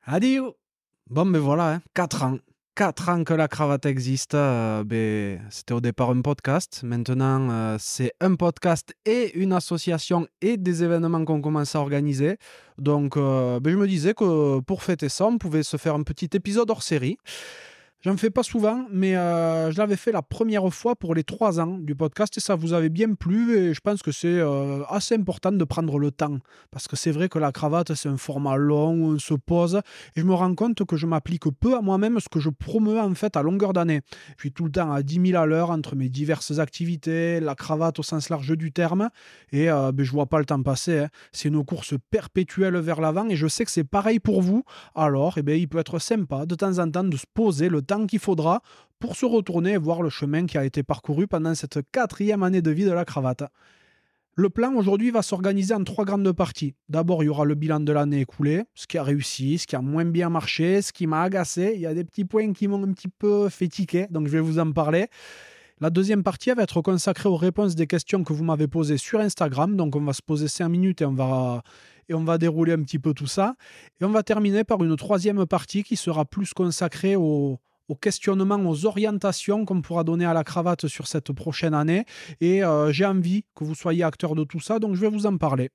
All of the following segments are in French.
Adieu. Bon, ben voilà, 4 ans. 4 ans que la cravate existe. C'était au départ un podcast. Maintenant, c'est un podcast et une association et des événements qu'on commence à organiser. Donc, je me disais que pour fêter ça, on pouvait se faire un petit épisode hors série. J'en fais pas souvent, mais je l'avais fait la première fois pour les 3 ans du podcast et ça vous avait bien plu et je pense que c'est, assez important de prendre le temps. Parce que c'est vrai que la cravate, c'est un format long où on se pose et je me rends compte que je m'applique peu à moi-même ce que je promeus en fait à longueur d'année. Je suis tout le temps à 10 000 à l'heure entre mes diverses activités, la cravate au sens large du terme et je vois pas le temps passer, hein. C'est une course perpétuelle vers l'avant et je sais que c'est pareil pour vous. Alors, il peut être sympa de temps en temps de se poser le temps qu'il faudra pour se retourner et voir le chemin qui a été parcouru pendant cette 4e année de vie de la cravate. Le plan aujourd'hui va s'organiser en 3 grandes parties. D'abord, il y aura le bilan de l'année écoulée, ce qui a réussi, ce qui a moins bien marché, ce qui m'a agacé. Il y a des petits points qui m'ont un petit peu fait tiquer, donc je vais vous en parler. La deuxième partie elle va être consacrée aux réponses des questions que vous m'avez posées sur Instagram. Donc on va se poser 5 minutes et on va dérouler un petit peu tout ça. Et on va terminer par une troisième partie qui sera plus consacrée aux questionnements, aux orientations qu'on pourra donner à la cravate sur cette prochaine année. Et j'ai envie que vous soyez acteurs de tout ça, donc je vais vous en parler.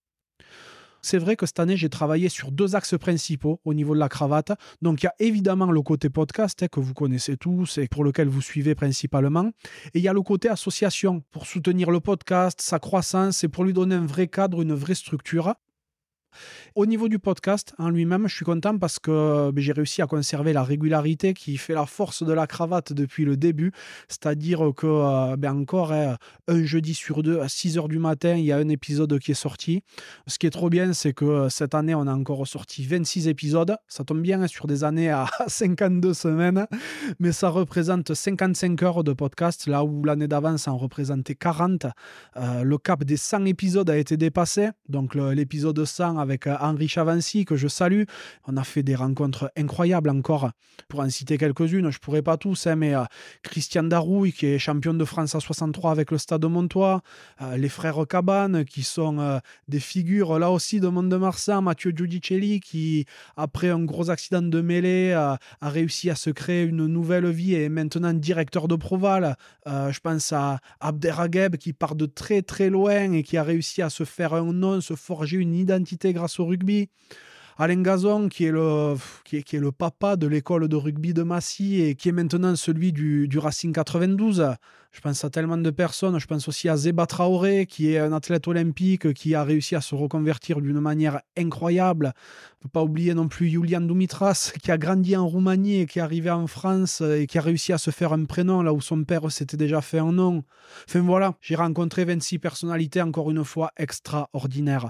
C'est vrai que cette année, j'ai travaillé sur 2 axes principaux au niveau de la cravate. Donc, il y a évidemment le côté podcast que vous connaissez tous et pour lequel vous suivez principalement. Et il y a le côté association pour soutenir le podcast, sa croissance et pour lui donner un vrai cadre, une vraie structure. Au niveau du podcast en lui-même, je suis content parce que j'ai réussi à conserver la régularité qui fait la force de la cravate depuis le début. C'est-à-dire que, encore, un jeudi sur 2 à 6 heures du matin, il y a un épisode qui est sorti. Ce qui est trop bien, c'est que cette année, on a encore sorti 26 épisodes. Ça tombe bien, hein, sur des années à 52 semaines, mais ça représente 55 heures de podcast, là où l'année d'avant, ça en représentait 40. Le cap des 100 épisodes a été dépassé. Donc l'épisode 100 avec Henri Chavancy, que je salue. On a fait des rencontres incroyables encore. Pour en citer quelques-unes, je ne pourrais pas tous, hein, mais Christian Darouille, qui est champion de France à 63 avec le Stade Montois, les frères Cabane, qui sont des figures là aussi de Mont-de-Marsan, Mathieu Giudicelli, qui, après un gros accident de mêlée, a réussi à se créer une nouvelle vie et est maintenant directeur de Proval. Je pense à Abderrageb, qui part de très très loin et qui a réussi à se faire un nom, se forger une identité grâce au rugby. Alain Gazon, qui est le papa de l'école de rugby de Massy et qui est maintenant celui du Racing 92. Je pense à tellement de personnes. Je pense aussi à Zeba Traoré, qui est un athlète olympique qui a réussi à se reconvertir d'une manière incroyable. On ne peut pas oublier non plus Julian Dumitras, qui a grandi en Roumanie et qui est arrivé en France et qui a réussi à se faire un prénom là où son père s'était déjà fait un nom. Enfin voilà, j'ai rencontré 26 personnalités, encore une fois, extraordinaires.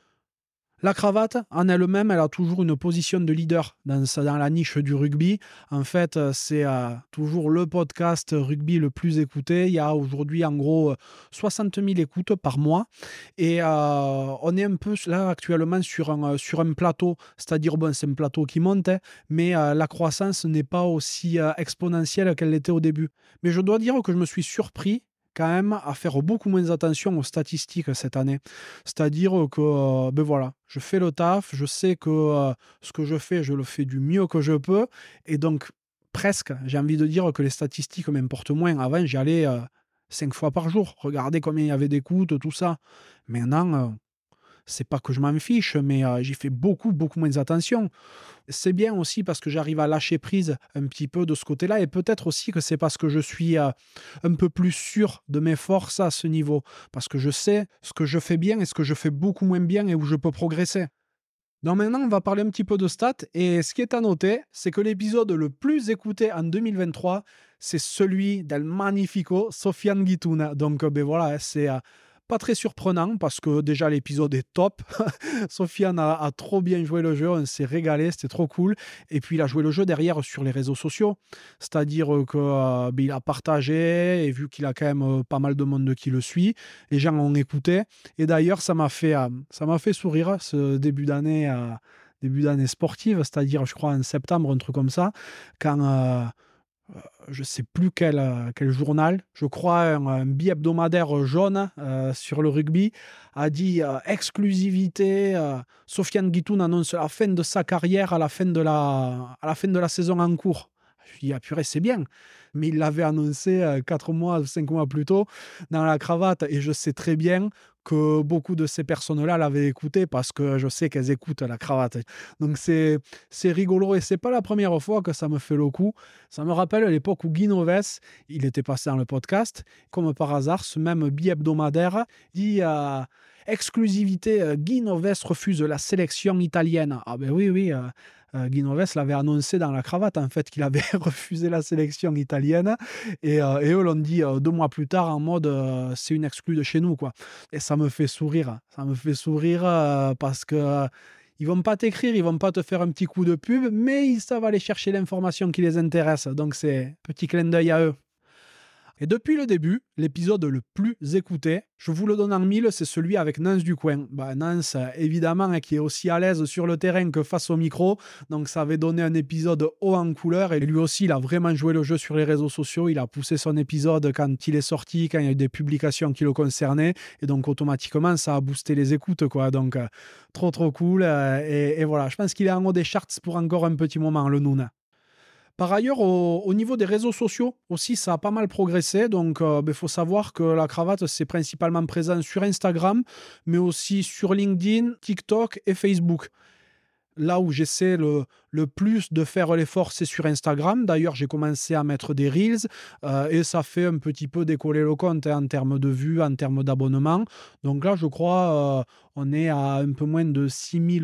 La cravate, en elle-même, elle a toujours une position de leader dans la niche du rugby. En fait, c'est toujours le podcast rugby le plus écouté. Il y a aujourd'hui, en gros, 60 000 écoutes par mois. Et on est un peu là actuellement sur un plateau. C'est-à-dire, bon, c'est un plateau qui monte, hein, mais la croissance n'est pas aussi exponentielle qu'elle l'était au début. Mais je dois dire que je me suis surpris quand même à faire beaucoup moins attention aux statistiques cette année. C'est-à-dire que, voilà, je fais le taf, je sais que ce que je fais, je le fais du mieux que je peux. Et donc, presque, j'ai envie de dire que les statistiques m'importent moins. Avant, j'y allais 5 fois par jour, regarder combien il y avait d'écoutes, tout ça. Maintenant, c'est pas que je m'en fiche, mais j'y fais beaucoup, beaucoup moins attention. C'est bien aussi parce que j'arrive à lâcher prise un petit peu de ce côté-là et peut-être aussi que c'est parce que je suis un peu plus sûr de mes forces à ce niveau. Parce que je sais ce que je fais bien et ce que je fais beaucoup moins bien et où je peux progresser. Donc maintenant, on va parler un petit peu de stats et ce qui est à noter, c'est que l'épisode le plus écouté en 2023, c'est celui d'El Magnifico Sofiane Guitouna. Donc voilà, c'est pas très surprenant parce que déjà l'épisode est top. Sofiane a trop bien joué le jeu, on s'est régalé, c'était trop cool. Et puis il a joué le jeu derrière sur les réseaux sociaux, c'est-à-dire que il a partagé et vu qu'il a quand même pas mal de monde qui le suit, les gens ont écouté. Et d'ailleurs, ça m'a fait sourire ce début d'année sportive, c'est-à-dire je crois en septembre, un truc comme ça, quand je sais plus quel journal, je crois un bi-hebdomadaire jaune sur le rugby, a dit exclusivité, Sofiane Guitoune annonce la fin de sa carrière à la fin de la saison en cours. Je dis, ah purée, c'est bien. Mais il l'avait annoncé 4 mois, 5 mois plus tôt dans la cravate. Et je sais très bien que beaucoup de ces personnes-là l'avaient écouté parce que je sais qu'elles écoutent la cravate. Donc c'est rigolo et c'est pas la première fois que ça me fait le coup. Ça me rappelle l'époque où Guy Novès, il était passé dans le podcast. Comme par hasard, ce même bi-hebdomadaire dit exclusivité, Guy Novès refuse la sélection italienne. Ah ben oui, oui. Guy Novès l'avait annoncé dans la cravate en fait qu'il avait refusé la sélection italienne et eux l'ont dit 2 mois plus tard en mode c'est une exclue de chez nous quoi. Et ça me fait sourire parce que ils vont pas t'écrire, ils vont pas te faire un petit coup de pub, mais ils savent aller chercher l'information qui les intéresse. Donc c'est petit clin d'œil à eux. Et depuis le début, l'épisode le plus écouté, je vous le donne en mille, c'est celui avec Nance Ducoing. Nance, évidemment, qui est aussi à l'aise sur le terrain que face au micro. Donc ça avait donné un épisode haut en couleur. Et lui aussi, il a vraiment joué le jeu sur les réseaux sociaux. Il a poussé son épisode quand il est sorti, quand il y a eu des publications qui le concernaient. Et donc automatiquement, ça a boosté les écoutes, quoi. Donc trop cool. Et voilà, je pense qu'il est en haut des charts pour encore un petit moment, le Noun. Par ailleurs, au niveau des réseaux sociaux aussi, ça a pas mal progressé. Donc, il faut savoir que la cravate, c'est principalement présent sur Instagram, mais aussi sur LinkedIn, TikTok et Facebook. Là où j'essaie le plus de faire l'effort, c'est sur Instagram. D'ailleurs, j'ai commencé à mettre des Reels et ça fait un petit peu décoller le compte en termes de vues, en termes d'abonnements. Donc là, je crois on est à un peu moins de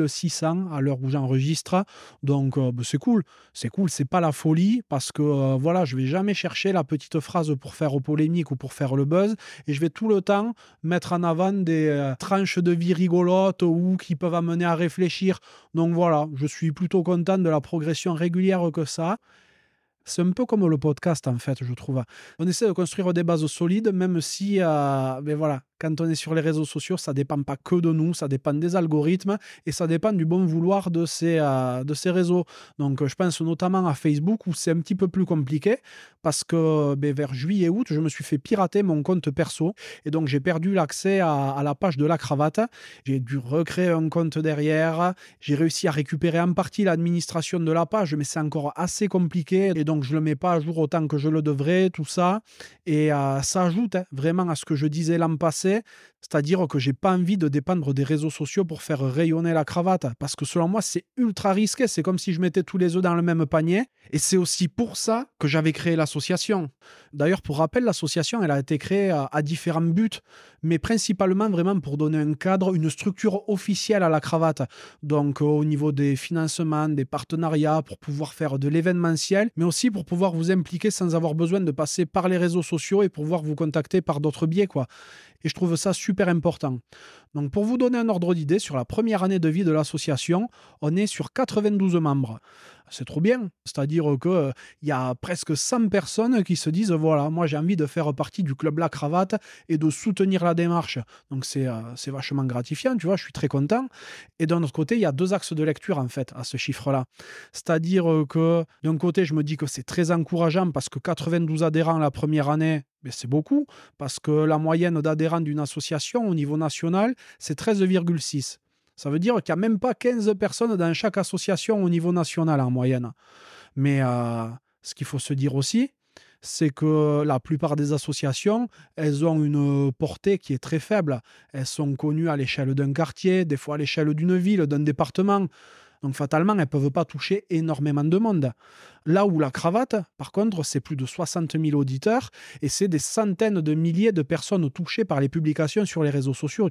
6600 à l'heure où j'enregistre. Donc c'est cool. C'est cool, c'est pas la folie parce que voilà, je vais jamais chercher la petite phrase pour faire polémique ou pour faire le buzz et je vais tout le temps mettre en avant des tranches de vie rigolotes ou qui peuvent amener à réfléchir. Donc voilà, je suis plutôt content de la progression régulière que ça. C'est un peu comme le podcast, en fait, je trouve. On essaie de construire des bases solides, même si, ben voilà, quand on est sur les réseaux sociaux, ça ne dépend pas que de nous, ça dépend des algorithmes et ça dépend du bon vouloir de ces réseaux. Donc, je pense notamment à Facebook où c'est un petit peu plus compliqué parce que ben, vers juillet-août, je me suis fait pirater mon compte perso et donc j'ai perdu l'accès à la page de la cravate. J'ai dû recréer un compte derrière. J'ai réussi à récupérer en partie l'administration de la page, mais c'est encore assez compliqué et donc je ne le mets pas à jour autant que je le devrais, tout ça. Et ça ajoute vraiment à ce que je disais l'an passé, c'est-à-dire que j'ai pas envie de dépendre des réseaux sociaux pour faire rayonner la cravate, parce que selon moi, c'est ultra risqué. C'est comme si je mettais tous les œufs dans le même panier. Et c'est aussi pour ça que j'avais créé l'association. D'ailleurs, pour rappel, l'association, elle a été créée à différents buts, mais principalement vraiment pour donner un cadre, une structure officielle à la cravate. Donc, au niveau des financements, des partenariats, pour pouvoir faire de l'événementiel, mais aussi pour pouvoir vous impliquer sans avoir besoin de passer par les réseaux sociaux et pouvoir vous contacter par d'autres biais, quoi. Et je trouve ça super important. Donc, pour vous donner un ordre d'idée, sur la première année de vie de l'association, on est sur 92 membres. C'est trop bien. C'est-à-dire qu'il y a presque 100 personnes qui se disent voilà, moi j'ai envie de faire partie du club La Cravate et de soutenir la démarche. Donc c'est vachement gratifiant, tu vois, je suis très content. Et d'un autre côté, il y a 2 axes de lecture en fait à ce chiffre-là. C'est-à-dire que d'un côté, je me dis que c'est très encourageant parce que 92 adhérents la première année, mais c'est beaucoup, parce que la moyenne d'adhérents d'une association au niveau national, c'est 13,6. Ça veut dire qu'il n'y a même pas 15 personnes dans chaque association au niveau national en moyenne. Mais ce qu'il faut se dire aussi, c'est que la plupart des associations, elles ont une portée qui est très faible. Elles sont connues à l'échelle d'un quartier, des fois à l'échelle d'une ville, d'un département. Donc fatalement, elles ne peuvent pas toucher énormément de monde. Là où la cravate, par contre, c'est plus de 60 000 auditeurs et c'est des centaines de milliers de personnes touchées par les publications sur les réseaux sociaux.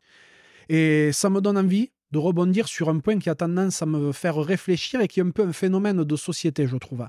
Et ça me donne envie de rebondir sur un point qui a tendance à me faire réfléchir et qui est un peu un phénomène de société, je trouve.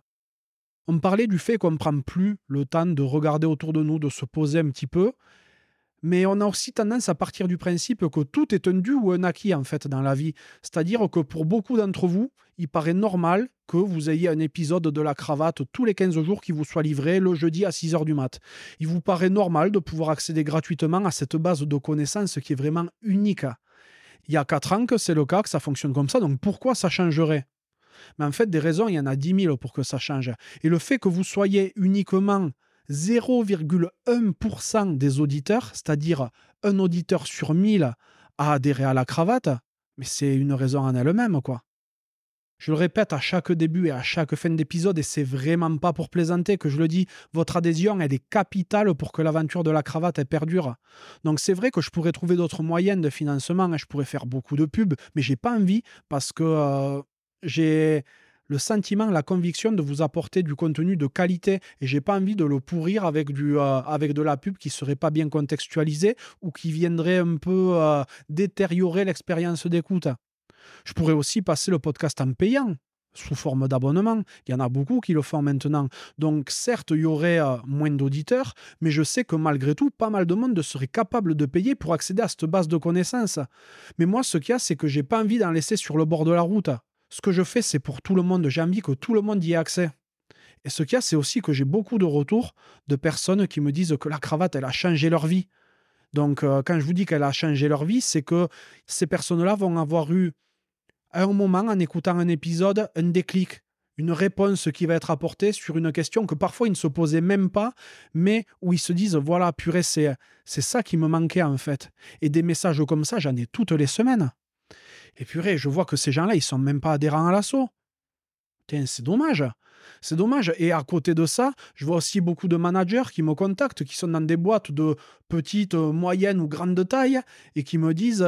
On parlait du fait qu'on ne prend plus le temps de regarder autour de nous, de se poser un petit peu, mais on a aussi tendance à partir du principe que tout est un dû ou un acquis en fait dans la vie. C'est-à-dire que pour beaucoup d'entre vous, il paraît normal que vous ayez un épisode de la cravate tous les 15 jours qui vous soit livré le jeudi à 6h du mat. Il vous paraît normal de pouvoir accéder gratuitement à cette base de connaissances qui est vraiment unique. Il y a 4 ans que c'est le cas, que ça fonctionne comme ça, donc pourquoi ça changerait ? Mais en fait, des raisons, il y en a 10 000 pour que ça change. Et le fait que vous soyez uniquement 0,1% des auditeurs, c'est-à-dire un auditeur sur 1000 à adhérer à la cravate, mais c'est une raison en elle-même, quoi. Je le répète à chaque début et à chaque fin d'épisode, et c'est vraiment pas pour plaisanter que je le dis, votre adhésion, elle est capitale pour que l'aventure de la cravate elle perdure. Donc c'est vrai que je pourrais trouver d'autres moyens de financement, hein, je pourrais faire beaucoup de pubs, mais j'ai pas envie parce que j'ai le sentiment, la conviction de vous apporter du contenu de qualité et j'ai pas envie de le pourrir avec avec de la pub qui serait pas bien contextualisée ou qui viendrait un peu détériorer l'expérience d'écoute. Je pourrais aussi passer le podcast en payant, sous forme d'abonnement. Il y en a beaucoup qui le font maintenant. Donc certes, il y aurait moins d'auditeurs, mais je sais que malgré tout, pas mal de monde serait capable de payer pour accéder à cette base de connaissances. Mais moi, ce qu'il y a, c'est que j'ai pas envie d'en laisser sur le bord de la route. Ce que je fais, c'est pour tout le monde. J'ai envie que tout le monde y ait accès. Et ce qu'il y a, c'est aussi que j'ai beaucoup de retours de personnes qui me disent que la cravate, elle a changé leur vie. Donc, quand je vous dis qu'elle a changé leur vie, c'est que ces personnes-là vont avoir eu à un moment, en écoutant un épisode, un déclic, une réponse qui va être apportée sur une question que parfois ils ne se posaient même pas, mais où ils se disent, voilà, purée, c'est ça qui me manquait en fait. Et des messages comme ça, j'en ai toutes les semaines. Et purée, je vois que ces gens-là, ils sont même pas adhérents à l'assaut. Tiens, c'est dommage. C'est dommage. Et à côté de ça, je vois aussi beaucoup de managers qui me contactent, qui sont dans des boîtes de petite, moyenne ou grande taille, et qui me disent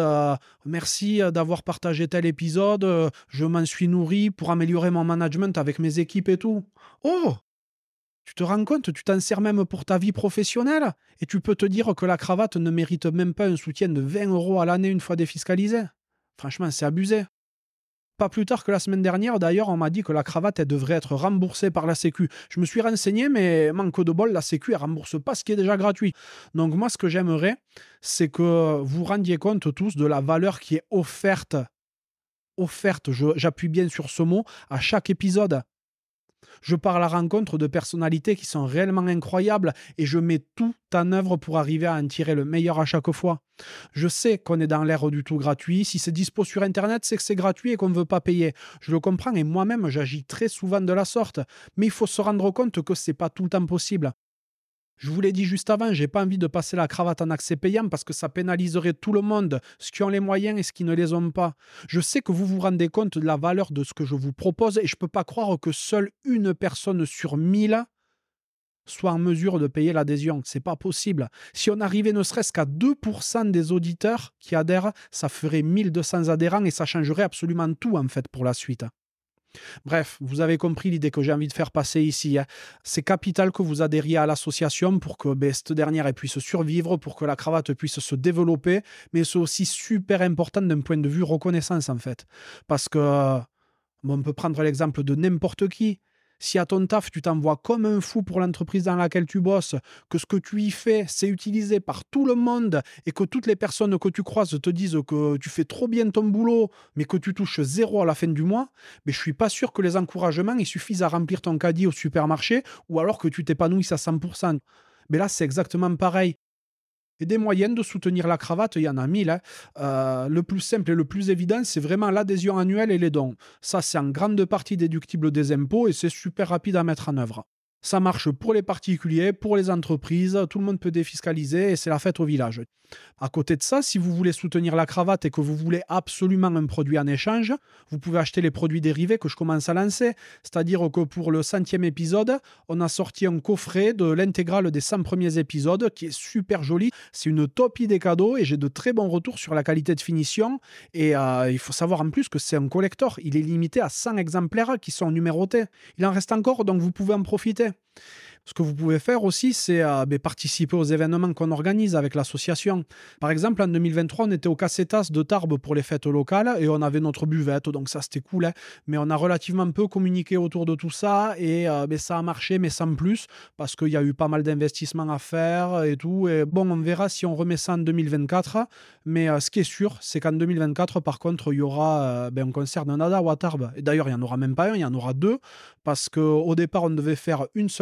merci d'avoir partagé tel épisode, je m'en suis nourri pour améliorer mon management avec mes équipes et tout. Oh, tu te rends compte, tu t'en sers même pour ta vie professionnelle, et tu peux te dire que la cravate ne mérite même pas un soutien de 20 € à l'année une fois défiscalisé. Franchement, c'est abusé. Pas plus tard que la semaine dernière, d'ailleurs, on m'a dit que la cravate, elle devrait être remboursée par la Sécu. Je me suis renseigné, mais manque de bol, la Sécu, elle rembourse pas ce qui est déjà gratuit. Donc moi, ce que j'aimerais, c'est que vous rendiez compte tous de la valeur qui est offerte. Offerte, j'appuie bien sur ce mot, à chaque épisode. Je pars à la rencontre de personnalités qui sont réellement incroyables et je mets tout en œuvre pour arriver à en tirer le meilleur à chaque fois. Je sais qu'on est dans l'ère du tout gratuit. Si c'est dispo sur Internet, c'est que c'est gratuit et qu'on ne veut pas payer. Je le comprends et moi-même, j'agis très souvent de la sorte. Mais il faut se rendre compte que ce n'est pas tout le temps possible. Je vous l'ai dit juste avant, j'ai pas envie de passer la cravate en accès payant parce que ça pénaliserait tout le monde, ceux qui ont les moyens et ceux qui ne les ont pas. Je sais que vous vous rendez compte de la valeur de ce que je vous propose et je peux pas croire que seule une personne sur 1000 soit en mesure de payer l'adhésion. C'est pas possible. Si on arrivait ne serait-ce qu'à 2% des auditeurs qui adhèrent, ça ferait 1200 adhérents et ça changerait absolument tout en fait pour la suite. Bref, vous avez compris l'idée que j'ai envie de faire passer ici. C'est capital que vous adhériez à l'association pour que cette dernière elle puisse survivre, pour que la cravate puisse se développer, mais c'est aussi super important d'un point de vue reconnaissance en fait. Parce que, on peut prendre l'exemple de n'importe qui. Si à ton taf, tu t'envoies comme un fou pour l'entreprise dans laquelle tu bosses, que ce que tu y fais, c'est utilisé par tout le monde et que toutes les personnes que tu croises te disent que tu fais trop bien ton boulot, mais que tu touches zéro à la fin du mois, mais je suis pas sûr que les encouragements ils suffisent à remplir ton caddie au supermarché ou alors que tu t'épanouisses à 100%. Mais là, c'est exactement pareil. Et des moyens de soutenir la cravate, il y en a 1000. Hein. Le plus simple et le plus évident, c'est vraiment l'adhésion annuelle et les dons. Ça, c'est en grande partie déductible des impôts et c'est super rapide à mettre en œuvre. Ça marche pour les particuliers, pour les entreprises, tout le monde peut défiscaliser et c'est la fête au village. À côté de ça, si vous voulez soutenir la cravate et que vous voulez absolument un produit en échange, vous pouvez acheter les produits dérivés que je commence à lancer. C'est-à-dire que pour le 100e épisode, on a sorti un coffret de l'intégrale des 100 premiers épisodes qui est super joli. C'est une top idée cadeau et j'ai de très bons retours sur la qualité de finition. Et il faut savoir en plus que c'est un collector. Il est limité à 100 exemplaires qui sont numérotés. Il en reste encore, donc vous pouvez en profiter. Ce que vous pouvez faire aussi, c'est participer aux événements qu'on organise avec l'association. Par exemple, en 2023, on était au Cassetas de Tarbes pour les fêtes locales et on avait notre buvette, donc ça c'était cool. Hein. Mais on a relativement peu communiqué autour de tout ça et ça a marché, mais sans plus, parce qu'il y a eu pas mal d'investissements à faire et tout. Et bon, on verra si on remet ça en 2024. Mais ce qui est sûr, c'est qu'en 2024, par contre, il y aura un concert de Nada à Tarbes. Et d'ailleurs, il n'y en aura même pas un, il y en aura deux, parce qu'au départ, on devait faire une seule date le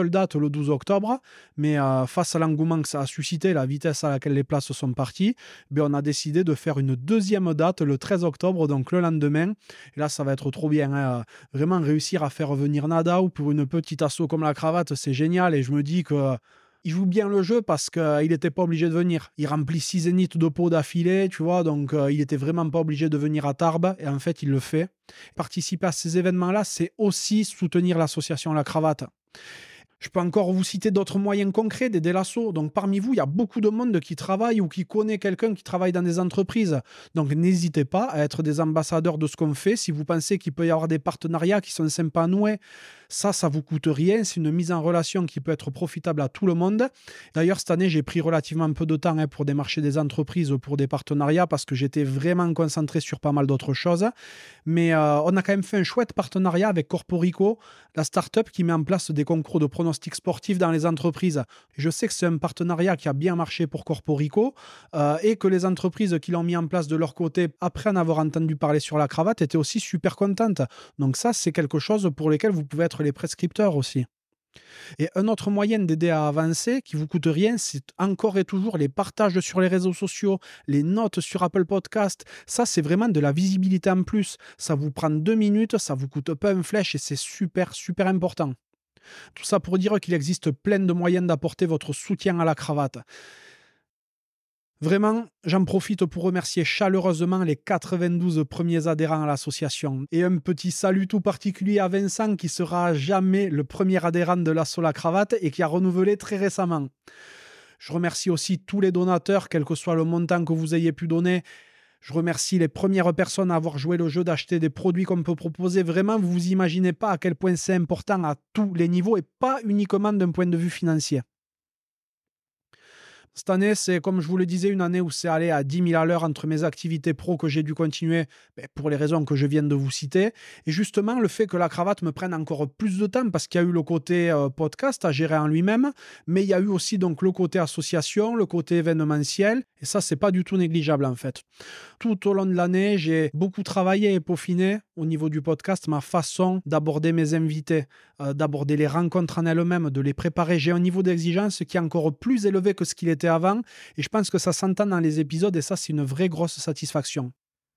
le 12 octobre, mais face à l'engouement que ça a suscité, la vitesse à laquelle les places sont parties, on a décidé de faire une deuxième date le 13 octobre, donc le lendemain. Et là, ça va être trop bien, hein. Vraiment réussir à faire venir Nada ou pour une petite asso comme la Cravate, c'est génial. Et je me dis que il joue bien le jeu parce qu'il n'était pas obligé de venir. Il remplit 6 zéniths de Pau d'affilée, tu vois, donc il n'était vraiment pas obligé de venir à Tarbes, et en fait, il le fait. Participer à ces événements-là, c'est aussi soutenir l'association La Cravate. Je peux encore vous citer d'autres moyens concrets d'aider l'asso. Donc parmi vous, il y a beaucoup de monde qui travaille ou qui connaît quelqu'un qui travaille dans des entreprises. Donc n'hésitez pas à être des ambassadeurs de ce qu'on fait. Si vous pensez qu'il peut y avoir des partenariats qui sont sympas à nouer, ça vous coûte rien. C'est une mise en relation qui peut être profitable à tout le monde. D'ailleurs, cette année, j'ai pris relativement un peu de temps pour démarcher des entreprises pour des partenariats parce que j'étais vraiment concentré sur pas mal d'autres choses. Mais on a quand même fait un chouette partenariat avec Corporico, la start-up qui met en place des concours de pronostics sportifs dans les entreprises. Je sais que c'est un partenariat qui a bien marché pour Corporico et que les entreprises qui l'ont mis en place de leur côté, après en avoir entendu parler sur la Cravate, étaient aussi super contentes. Donc ça, c'est quelque chose pour lequel vous pouvez être les prescripteurs aussi. Et un autre moyen d'aider à avancer, qui vous coûte rien, c'est encore et toujours les partages sur les réseaux sociaux, les notes sur Apple Podcast. Ça, c'est vraiment de la visibilité en plus. Ça vous prend 2 minutes, ça vous coûte pas une flèche et c'est super, super important. Tout ça pour dire qu'il existe plein de moyens d'apporter votre soutien à la Cravate. Vraiment, j'en profite pour remercier chaleureusement les 92 premiers adhérents à l'association. Et un petit salut tout particulier à Vincent qui sera jamais le premier adhérent de l'asso La Cravate et qui a renouvelé très récemment. Je remercie aussi tous les donateurs, quel que soit le montant que vous ayez pu donner. Je remercie les premières personnes à avoir joué le jeu d'acheter des produits qu'on peut proposer. Vraiment, vous vous imaginez pas à quel point c'est important à tous les niveaux et pas uniquement d'un point de vue financier. Cette année, c'est comme je vous le disais, une année où c'est allé à 10 000 à l'heure entre mes activités pro que j'ai dû continuer pour les raisons que je viens de vous citer. Et justement, le fait que la Cravate me prenne encore plus de temps parce qu'il y a eu le côté podcast à gérer en lui-même, mais il y a eu aussi donc le côté association, le côté événementiel. Et ça, c'est pas du tout négligeable en fait. Tout au long de l'année, j'ai beaucoup travaillé et peaufiné au niveau du podcast ma façon d'aborder mes invités, d'aborder les rencontres en elles-mêmes, de les préparer. J'ai un niveau d'exigence qui est encore plus élevé que ce qu'il était avant et je pense que ça s'entend dans les épisodes et ça, c'est une vraie grosse satisfaction.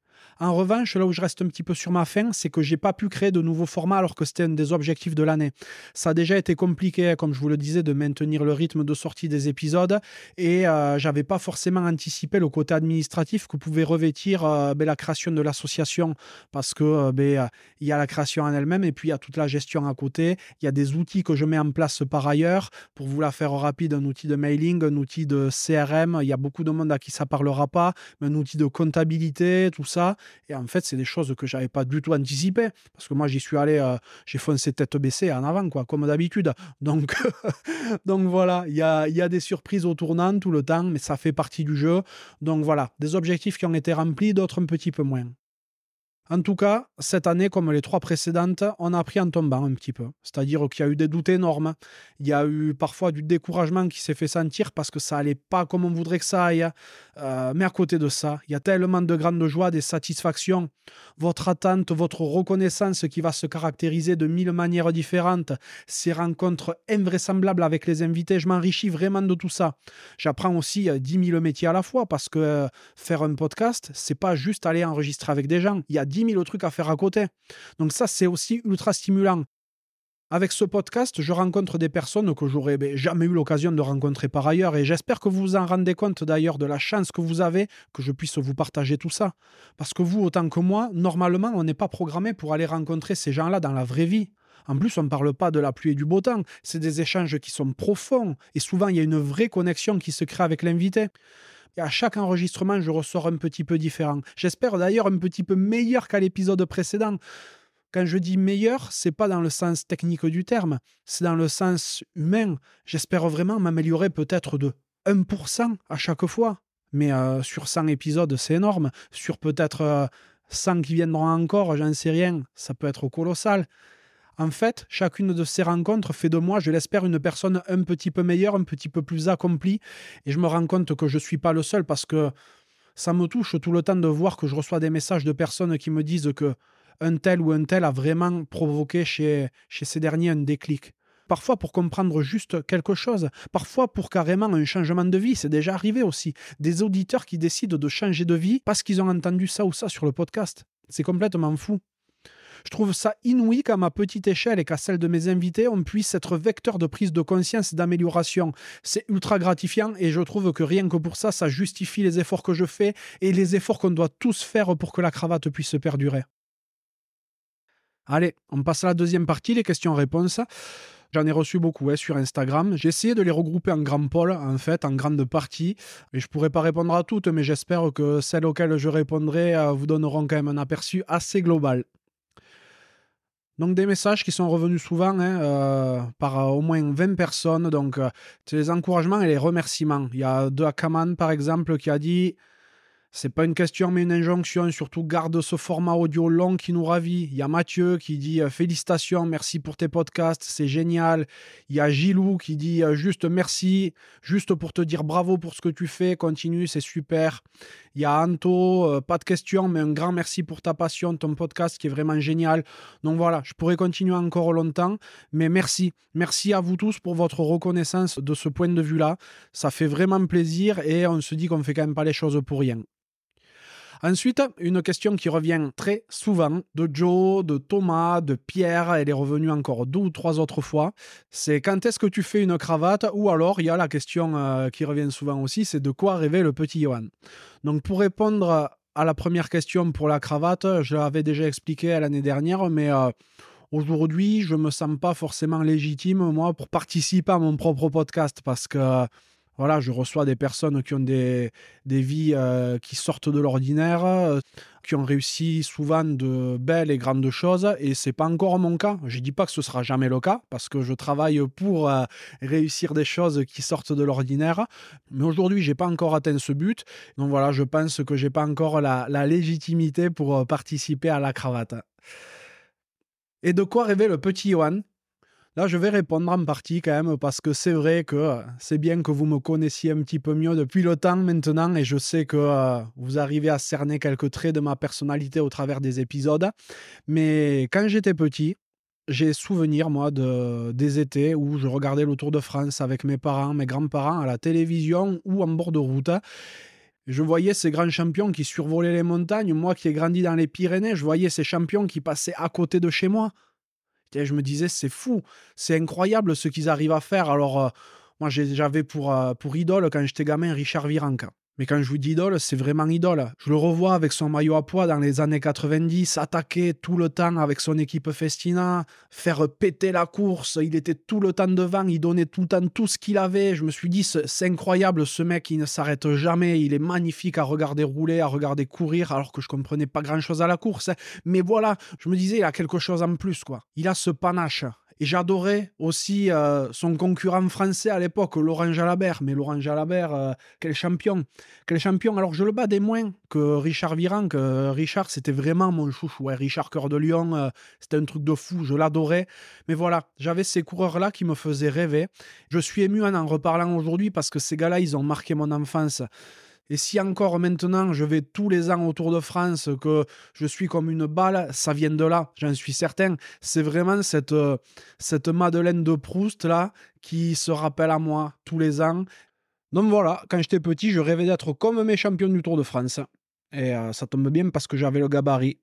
En revanche, là où je reste un petit peu sur ma faim, c'est que j'ai pas pu créer de nouveaux formats alors que c'était un des objectifs de l'année. Ça a déjà été compliqué, comme je vous le disais, de maintenir le rythme de sortie des épisodes et j'avais pas forcément anticipé le côté administratif que pouvait revêtir la création de l'association parce que il y a la création en elle-même et puis il y a toute la gestion à côté. Il y a des outils que je mets en place par ailleurs pour vous la faire rapide, un outil de mailing, un outil de CRM. Il y a beaucoup de monde à qui ça parlera pas, mais un outil de comptabilité, tout ça. Et en fait, c'est des choses que j'avais pas du tout anticipées. Parce que moi, j'y suis allé, j'ai foncé tête baissée en avant, quoi, comme d'habitude. Donc, donc voilà, il y a des surprises au tournant tout le temps, mais ça fait partie du jeu. Donc voilà, des objectifs qui ont été remplis, d'autres un petit peu moins. En tout cas, cette année, comme les 3 précédentes, on a appris en tombant un petit peu. C'est-à-dire qu'il y a eu des doutes énormes. Il y a eu parfois du découragement qui s'est fait sentir parce que ça allait pas comme on voudrait que ça aille. Mais à côté de ça, il y a tellement de grande joie, des satisfactions. Votre attente, votre reconnaissance qui va se caractériser de 1000 manières différentes. Ces rencontres invraisemblables avec les invités, je m'enrichis vraiment de tout ça. J'apprends aussi 10 000 métiers à la fois parce que faire un podcast, c'est pas juste aller enregistrer avec des gens. Il y a 10 000 trucs à faire à côté. Donc ça, c'est aussi ultra stimulant. Avec ce podcast, je rencontre des personnes que j'aurais jamais eu l'occasion de rencontrer par ailleurs et j'espère que vous vous en rendez compte d'ailleurs de la chance que vous avez que je puisse vous partager tout ça. Parce que vous, autant que moi, normalement, on n'est pas programmé pour aller rencontrer ces gens-là dans la vraie vie. En plus, on ne parle pas de la pluie et du beau temps. C'est des échanges qui sont profonds et souvent, il y a une vraie connexion qui se crée avec l'invité. Et à chaque enregistrement, je ressors un petit peu différent. J'espère d'ailleurs un petit peu meilleur qu'à l'épisode précédent. Quand je dis meilleur, c'est pas dans le sens technique du terme, c'est dans le sens humain. J'espère vraiment m'améliorer peut-être de 1% à chaque fois. Mais sur 100 épisodes, c'est énorme. Sur peut-être 100 qui viendront encore, j'en sais rien, ça peut être colossal. En fait, chacune de ces rencontres fait de moi, je l'espère, une personne un petit peu meilleure, un petit peu plus accomplie. Et je me rends compte que je ne suis pas le seul parce que ça me touche tout le temps de voir que je reçois des messages de personnes qui me disent que un tel ou un tel a vraiment provoqué chez ces derniers un déclic. parfois pour comprendre juste quelque chose, parfois pour carrément un changement de vie. C'est déjà arrivé aussi. Des auditeurs qui décident de changer de vie parce qu'ils ont entendu ça ou ça sur le podcast. C'est complètement fou. Je trouve ça inouï qu'à ma petite échelle et qu'à celle de mes invités, on puisse être vecteur de prise de conscience et d'amélioration. C'est ultra gratifiant et je trouve que rien que pour ça, ça justifie les efforts que je fais et les efforts qu'on doit tous faire pour que la cravate puisse perdurer. Allez, on passe à la deuxième partie, les questions-réponses. J'en ai reçu beaucoup sur Instagram. J'ai essayé de les regrouper en grands pôles, en fait, en grandes parties. Et je ne pourrai pas répondre à toutes, mais j'espère que celles auxquelles je répondrai vous donneront quand même un aperçu assez global. Donc des messages qui sont revenus souvent par au moins 20 personnes. Donc c'est les encouragements et les remerciements. Il y a De Akaman par exemple qui a dit c'est pas une question mais une injonction, surtout garde ce format audio long qui nous ravit. Il y a Mathieu qui dit félicitations, merci pour tes podcasts, c'est génial. Il y a Gilou qui dit juste merci, juste pour te dire bravo pour ce que tu fais, continue, c'est super. Il y a Anto, pas de question mais un grand merci pour ta passion, ton podcast qui est vraiment génial. Donc voilà, je pourrais continuer encore longtemps, mais merci. Merci à vous tous pour votre reconnaissance de ce point de vue-là. Ça fait vraiment plaisir et on se dit qu'on fait quand même pas les choses pour rien. Ensuite, une question qui revient très souvent de Joe, de Thomas, de Pierre, elle est revenue encore 2 ou 3 autres fois, c'est quand est-ce que tu fais une cravate? Ou alors, il y a la question qui revient souvent aussi, c'est de quoi rêver le petit Johan? Donc pour répondre à la première question pour la cravate, je l'avais déjà expliqué l'année dernière, mais aujourd'hui, je ne me sens pas forcément légitime, moi, pour participer à mon propre podcast parce que voilà, je reçois des personnes qui ont des vies qui sortent de l'ordinaire, qui ont réussi souvent de belles et grandes choses, et c'est pas encore mon cas. Je dis pas que ce sera jamais le cas, parce que je travaille pour réussir des choses qui sortent de l'ordinaire, mais aujourd'hui, j'ai pas encore atteint ce but. Donc voilà, je pense que j'ai pas encore la légitimité pour participer à la cravate. Et de quoi rêver le petit Johan? Là, je vais répondre en partie quand même parce que c'est vrai que c'est bien que vous me connaissiez un petit peu mieux depuis le temps maintenant et je sais que vous arrivez à cerner quelques traits de ma personnalité au travers des épisodes. Mais quand j'étais petit, j'ai souvenir, moi, des étés où je regardais le Tour de France avec mes parents, mes grands-parents à la télévision ou en bord de route. Je voyais ces grands champions qui survolaient les montagnes. Moi qui ai grandi dans les Pyrénées, je voyais ces champions qui passaient à côté de chez moi. Et je me disais, c'est fou, c'est incroyable ce qu'ils arrivent à faire. Alors, moi, j'avais pour idole, quand j'étais gamin, Richard Virenque. Mais quand je vous dis idole, c'est vraiment idole. Je le revois avec son maillot à pois dans les années 90, attaquer tout le temps avec son équipe Festina, faire péter la course. Il était tout le temps devant, il donnait tout le temps tout ce qu'il avait. Je me suis dit, c'est incroyable, ce mec, il ne s'arrête jamais. Il est magnifique à regarder rouler, à regarder courir, alors que je comprenais pas grand-chose à la course. Mais voilà, je me disais, il a quelque chose en plus, quoi. Il a ce panache. Et j'adorais aussi son concurrent français à l'époque, Laurent Jalabert. Mais Laurent Jalabert, quel champion. Quel champion. Alors je le badais moins que Richard Virenque. Richard, c'était vraiment mon chouchou. Ouais, Richard Cœur de Lion, c'était un truc de fou. Je l'adorais. Mais voilà, j'avais ces coureurs-là qui me faisaient rêver. Je suis ému en reparlant aujourd'hui parce que ces gars-là, ils ont marqué mon enfance. Et si encore maintenant je vais tous les ans au Tour de France, que je suis comme une balle, ça vient de là, j'en suis certain. C'est vraiment cette Madeleine de Proust là qui se rappelle à moi tous les ans. Donc voilà, quand j'étais petit, je rêvais d'être comme mes champions du Tour de France. Et ça tombe bien parce que j'avais le gabarit.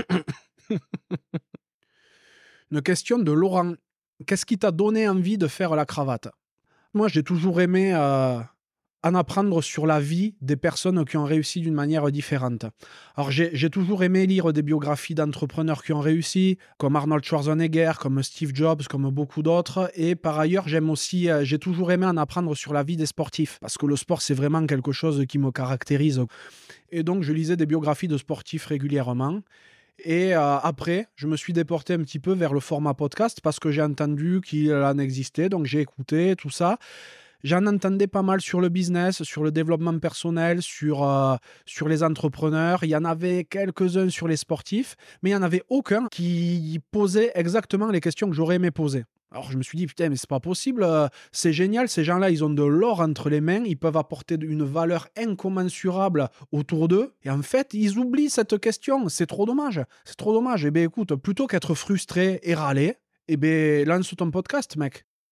Une question de Laurent. Qu'est-ce qui t'a donné envie de faire la cravate? Moi, j'ai toujours aimé en apprendre sur la vie des personnes qui ont réussi d'une manière différente. Alors j'ai toujours aimé lire des biographies d'entrepreneurs qui ont réussi, comme Arnold Schwarzenegger, comme Steve Jobs, comme beaucoup d'autres. Et par ailleurs, j'ai toujours aimé en apprendre sur la vie des sportifs, parce que le sport, c'est vraiment quelque chose qui me caractérise. Et donc, je lisais des biographies de sportifs régulièrement. Et après, je me suis déporté un petit peu vers le format podcast, parce que j'ai entendu qu'il en existait, donc j'ai écouté tout ça. J'en entendais pas mal sur le business, sur le développement personnel, sur les entrepreneurs. Il y en avait quelques-uns sur les sportifs, mais il n'y en avait aucun qui posait exactement les questions que j'aurais aimé poser. Alors je me suis dit, putain, mais c'est pas possible, c'est génial, ces gens-là, ils ont de l'or entre les mains, ils peuvent apporter une valeur incommensurable autour d'eux, et en fait, ils oublient cette question, c'est trop dommage, c'est trop dommage. Eh bien écoute, plutôt qu'être frustré et râler, eh bien lance ton podcast, mec.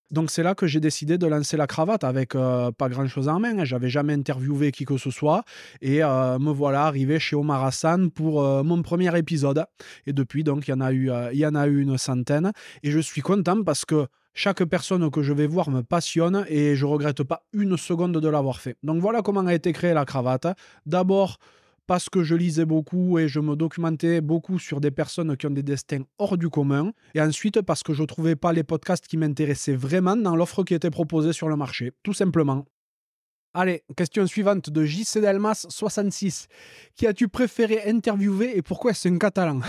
Donc c'est là que j'ai décidé de lancer la cravate avec pas grand-chose en main, hein. J'avais jamais interviewé qui que ce soit et me voilà arrivé chez Omar Hassan pour mon premier épisode. Et depuis, donc, il y en a eu une centaine. Et je suis content parce que chaque personne que je vais voir me passionne et je regrette pas une seconde de l'avoir fait. Donc voilà comment a été créée la cravate. D'abord, parce que je lisais beaucoup et je me documentais beaucoup sur des personnes qui ont des destins hors du commun. Et ensuite, parce que je ne trouvais pas les podcasts qui m'intéressaient vraiment dans l'offre qui était proposée sur le marché, tout simplement. Allez, question suivante de JC Delmas 66. Qui as-tu préféré interviewer et pourquoi est-ce un catalan?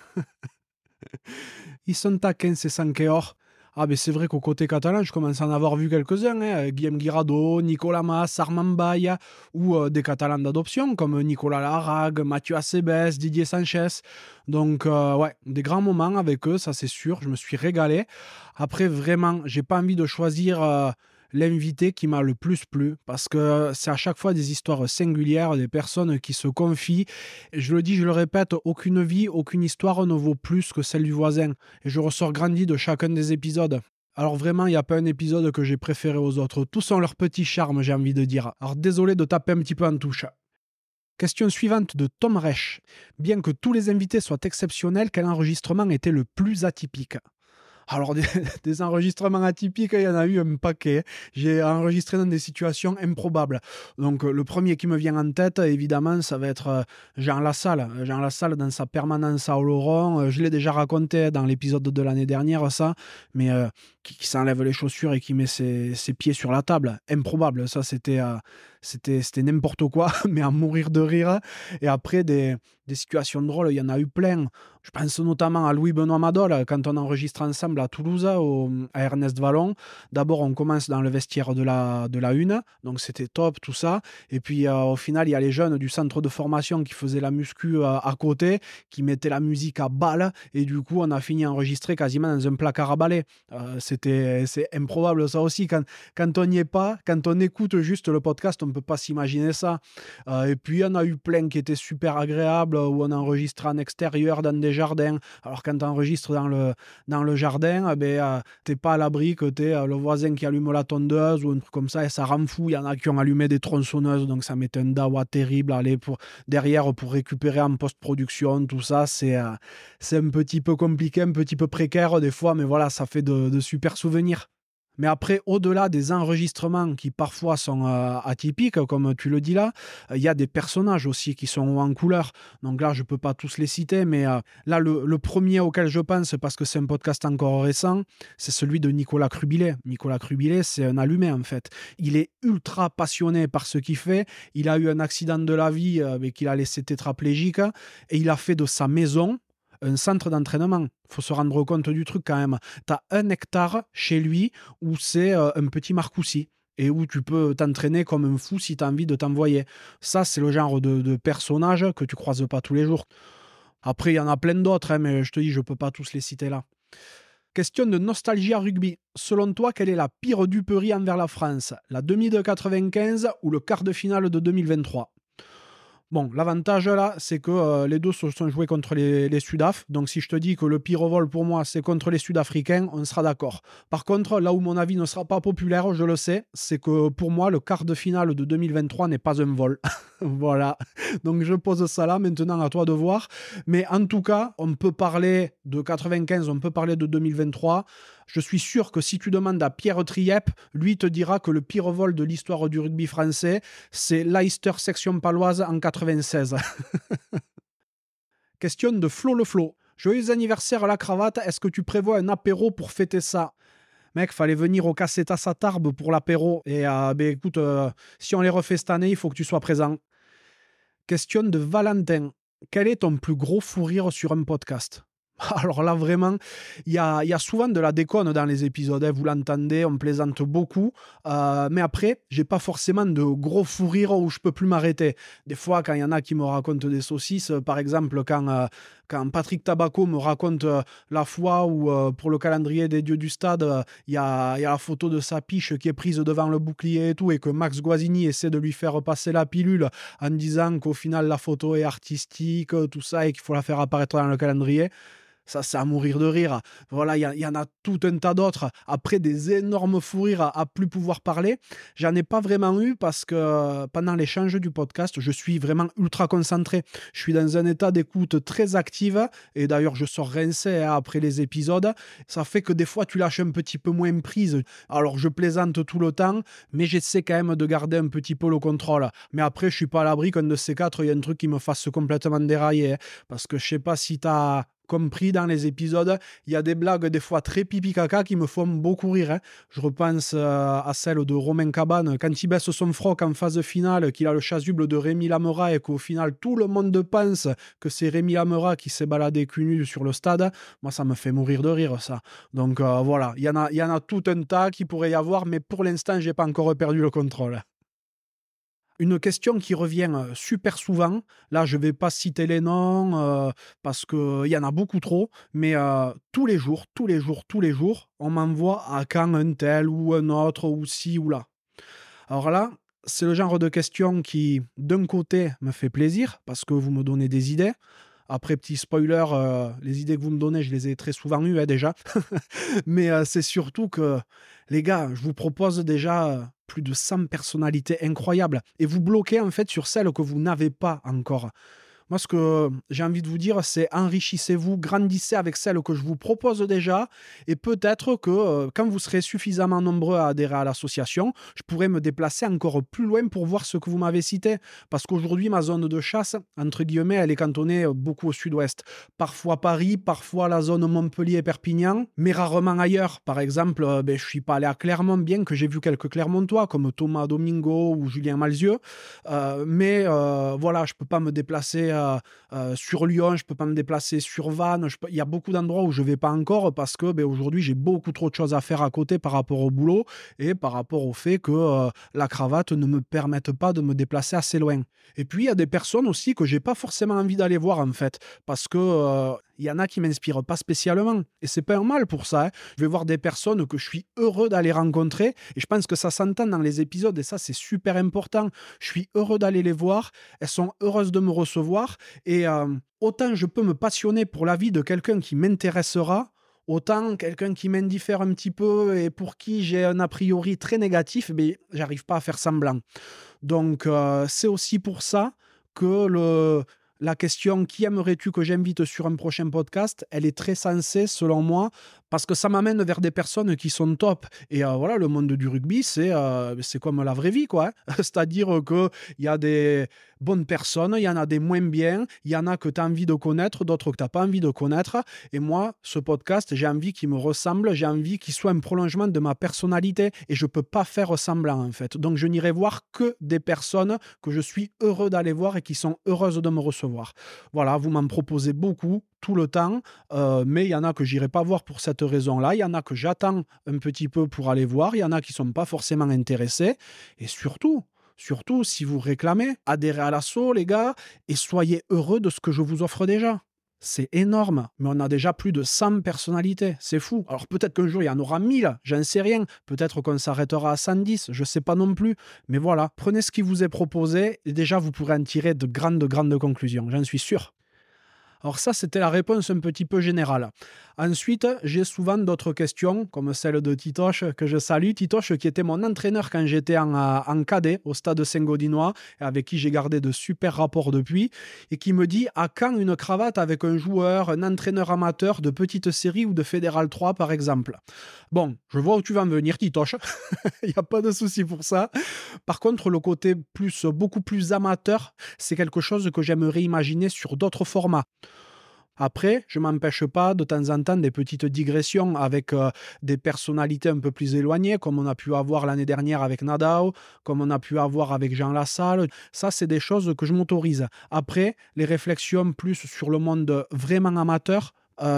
Ils sont taquins ces Sanqueor. Ah ben c'est vrai qu'au côté catalan, je commence à en avoir vu quelques-uns, hein. Guillaume Guirado, Nicolas Mas, Armand Baye, ou des Catalans d'adoption comme Nicolas Larrague, Mathieu Acebes, Didier Sanchez. Donc ouais, des grands moments avec eux, ça c'est sûr, je me suis régalé. Après vraiment, j'ai pas envie de choisir l'invité qui m'a le plus plu, parce que c'est à chaque fois des histoires singulières, des personnes qui se confient. Et je le dis, je le répète, aucune vie, aucune histoire ne vaut plus que celle du voisin. Et je ressors grandi de chacun des épisodes. Alors vraiment, il n'y a pas un épisode que j'ai préféré aux autres. Tous ont leur petit charme, j'ai envie de dire. Alors désolé de taper un petit peu en touche. Question suivante de Tom Reich. Bien que tous les invités soient exceptionnels, quel enregistrement était le plus atypique? Alors, des enregistrements atypiques, il y en a eu un paquet. J'ai enregistré dans des situations improbables. Donc, le premier qui me vient en tête, évidemment, ça va être Jean Lassalle. Jean Lassalle, dans sa permanence à Oloron, je l'ai déjà raconté dans l'épisode de l'année dernière, ça, mais qui s'enlève les chaussures et qui met ses pieds sur la table. Improbable. Ça, c'était n'importe quoi, mais à mourir de rire. Et après, des situations drôles, il y en a eu plein. Je pense notamment à Louis-Benoît Madol, quand on enregistre ensemble à Toulouse, à Ernest Vallon. D'abord, on commence dans le vestiaire de la Une, donc c'était top, tout ça. Et puis, au final, il y a les jeunes du centre de formation qui faisaient la muscu à côté, qui mettaient la musique à balle. Et du coup, on a fini enregistré quasiment dans un placard à balai. C'est improbable, ça aussi. Quand on n'y est pas, quand on écoute juste le podcast, on ne peut pas s'imaginer ça. Et puis, il y en a eu plein qui étaient super agréables, où on enregistre en extérieur, dans des jardins. Alors, quand tu enregistres dans le jardin, t'es pas à l'abri que t'es le voisin qui allume la tondeuse ou un truc comme ça, et ça rend fou. Il y en a qui ont allumé des tronçonneuses, donc ça met un dawa terrible. Aller derrière pour récupérer en post-production, tout ça, c'est un petit peu compliqué, un petit peu précaire des fois, mais voilà, ça fait de super souvenirs. Mais après, au-delà des enregistrements qui parfois sont atypiques, comme tu le dis là, il y a des personnages aussi qui sont en couleur. Donc là, je ne peux pas tous les citer, mais là, le premier auquel je pense, parce que c'est un podcast encore récent, c'est celui de Nicolas Crubillet. Nicolas Crubillet, c'est un allumé en fait. Il est ultra passionné par ce qu'il fait. Il a eu un accident de la vie qui l'a laissé tétraplégique et il a fait de sa maison un centre d'entraînement. Il faut se rendre compte du truc quand même. Tu as 1 hectare chez lui où c'est un petit Marcoussis et où tu peux t'entraîner comme un fou si tu as envie de t'envoyer. Ça, c'est le genre de personnage que tu croises pas tous les jours. Après, il y en a plein d'autres, hein, mais je te dis, je peux pas tous les citer là. Question de Nostalgia Rugby. Selon toi, quelle est la pire duperie envers la France? La demi de 95 ou le quart de finale de 2023? Bon, l'avantage là, c'est que les deux se sont joués contre les Sudaf. Donc si je te dis que le pire vol pour moi, c'est contre les Sud-Africains, on sera d'accord. Par contre, là où mon avis ne sera pas populaire, je le sais, c'est que pour moi, le quart de finale de 2023 n'est pas un vol. Voilà. Donc je pose ça là, maintenant à toi de voir. Mais en tout cas, on peut parler de 95, on peut parler de 2023. Je suis sûr que si tu demandes à Pierre Triep, lui te dira que le pire vol de l'histoire du rugby français, c'est Leicester section paloise en 96. Question de Flo le Flo. Joyeux anniversaire à la cravate, est-ce que tu prévois un apéro pour fêter ça? Mec, fallait venir au Cassetas à Tarbes pour l'apéro. Et écoute, si on les refait cette année, il faut que tu sois présent. Question de Valentin. Quel est ton plus gros fou rire sur un podcast? Alors là, vraiment, il y a souvent de la déconne dans les épisodes, hein, vous l'entendez, on plaisante beaucoup. Mais après, j'ai pas forcément de gros fou rires où je peux plus m'arrêter. Des fois, quand il y en a qui me racontent des saucisses, par exemple, quand Patrick Tabaco me raconte la fois où, pour le calendrier des dieux du stade, il y a la photo de sa piche qui est prise devant le bouclier et tout, et que Max Guazzini essaie de lui faire passer la pilule en disant qu'au final, la photo est artistique, tout ça, et qu'il faut la faire apparaître dans le calendrier. Ça, c'est à mourir de rire. Voilà, il y en a tout un tas d'autres. Après, des énormes fous rires à plus pouvoir parler. J'en ai pas vraiment eu parce que pendant l'échange du podcast, je suis vraiment ultra concentré. Je suis dans un état d'écoute très active et d'ailleurs, je sors rincé après les épisodes. Ça fait que des fois, tu lâches un petit peu moins prise. Alors, je plaisante tout le temps, mais j'essaie quand même de garder un petit peu le contrôle. Mais après, je suis pas à l'abri qu'un de ces quatre, il y a un truc qui me fasse complètement dérailler. Parce que je sais pas si tu as compris dans les épisodes, il y a des blagues des fois très pipi caca qui me font beaucoup rire. Je repense à celle de Romain Cabane quand il baisse son froc en phase finale, qu'il a le chasuble de Rémi Lamera et qu'au final tout le monde pense que c'est Rémi Lamera qui s'est baladé cul nu sur le stade. Moi, ça me fait mourir de rire, ça. Donc voilà, il y en a tout un tas qui pourrait y avoir, mais pour l'instant, j'ai pas encore perdu le contrôle. Une question qui revient super souvent, là je vais pas citer les noms parce qu'il y en a beaucoup trop, mais tous les jours, tous les jours, tous les jours, on m'envoie à quand un tel ou un autre ou ci ou là. Alors là, c'est le genre de question qui, d'un côté, me fait plaisir parce que vous me donnez des idées. Après, petit spoiler, les idées que vous me donnez, je les ai très souvent eues déjà. Mais c'est surtout que, les gars, je vous propose déjà plus de 100 personnalités incroyables. Et vous bloquez en fait sur celles que vous n'avez pas encore. Moi, ce que j'ai envie de vous dire, c'est enrichissez-vous, grandissez avec celles que je vous propose déjà. Et peut-être que quand vous serez suffisamment nombreux à adhérer à l'association, je pourrai me déplacer encore plus loin pour voir ce que vous m'avez cité. Parce qu'aujourd'hui, ma zone de chasse, entre guillemets, elle est cantonnée beaucoup au sud-ouest. Parfois Paris, parfois la zone Montpellier-Perpignan, mais rarement ailleurs. Par exemple, je ne suis pas allé à Clermont, bien que j'ai vu quelques Clermontois, comme Thomas Domingo ou Julien Malzieu. Mais voilà, je ne peux pas me déplacer sur Lyon, je peux pas me déplacer sur Vannes. Il y a beaucoup d'endroits où je vais pas encore parce que aujourd'hui j'ai beaucoup trop de choses à faire à côté par rapport au boulot et par rapport au fait que la cravate ne me permette pas de me déplacer assez loin. Et puis il y a des personnes aussi que j'ai pas forcément envie d'aller voir en fait parce que il y en a qui m'inspirent pas spécialement et c'est pas un mal pour ça. Je vais voir des personnes que je suis heureux d'aller rencontrer et je pense que ça s'entend dans les épisodes et ça c'est super important. Je suis heureux d'aller les voir, elles sont heureuses de me recevoir et autant je peux me passionner pour la vie de quelqu'un qui m'intéressera, autant quelqu'un qui m'indiffère un petit peu et pour qui j'ai un a priori très négatif, mais j'arrive pas à faire semblant. Donc c'est aussi pour ça que la question «Qui aimerais-tu que j'invite sur un prochain podcast?» elle est très sensée selon moi parce que ça m'amène vers des personnes qui sont top. Et voilà, le monde du rugby, c'est comme la vraie vie, quoi. C'est-à-dire qu'il y a des bonnes personnes, il y en a des moins bien, il y en a que tu as envie de connaître, d'autres que tu n'as pas envie de connaître. Et moi, ce podcast, j'ai envie qu'il me ressemble, j'ai envie qu'il soit un prolongement de ma personnalité et je ne peux pas faire semblant, en fait. Donc, je n'irai voir que des personnes que je suis heureux d'aller voir et qui sont heureuses de me recevoir. Voilà, vous m'en proposez beaucoup tout le temps, mais il y en a que j'irai pas voir pour cette raison-là, il y en a que j'attends un petit peu pour aller voir, il y en a qui sont pas forcément intéressés, et surtout, si vous réclamez, adhérez à l'assaut, les gars, et soyez heureux de ce que je vous offre déjà. C'est énorme, mais on a déjà plus de 100 personnalités, c'est fou. Alors peut-être qu'un jour il y en aura 1000, j'en sais rien, peut-être qu'on s'arrêtera à 110, je sais pas non plus, mais voilà, prenez ce qui vous est proposé, et déjà vous pourrez en tirer de grandes conclusions, j'en suis sûr. Alors ça, c'était la réponse un petit peu générale. Ensuite, j'ai souvent d'autres questions, comme celle de Titoche, que je salue. Titoche, qui était mon entraîneur quand j'étais en cadet au stade Saint-Gaudinois, et avec qui j'ai gardé de super rapports depuis, et qui me dit à quand une cravate avec un joueur, un entraîneur amateur de petite série ou de Fédéral 3, par exemple. Bon, je vois où tu vas en venir, Titoche. Il n'y a pas de souci pour ça. Par contre, le côté beaucoup plus amateur, c'est quelque chose que j'aimerais imaginer sur d'autres formats. Après, je ne m'empêche pas de temps en temps des petites digressions avec des personnalités un peu plus éloignées, comme on a pu avoir l'année dernière avec Nadao, comme on a pu avoir avec Jean Lassalle. Ça, c'est des choses que je m'autorise. Après, les réflexions plus sur le monde vraiment amateur,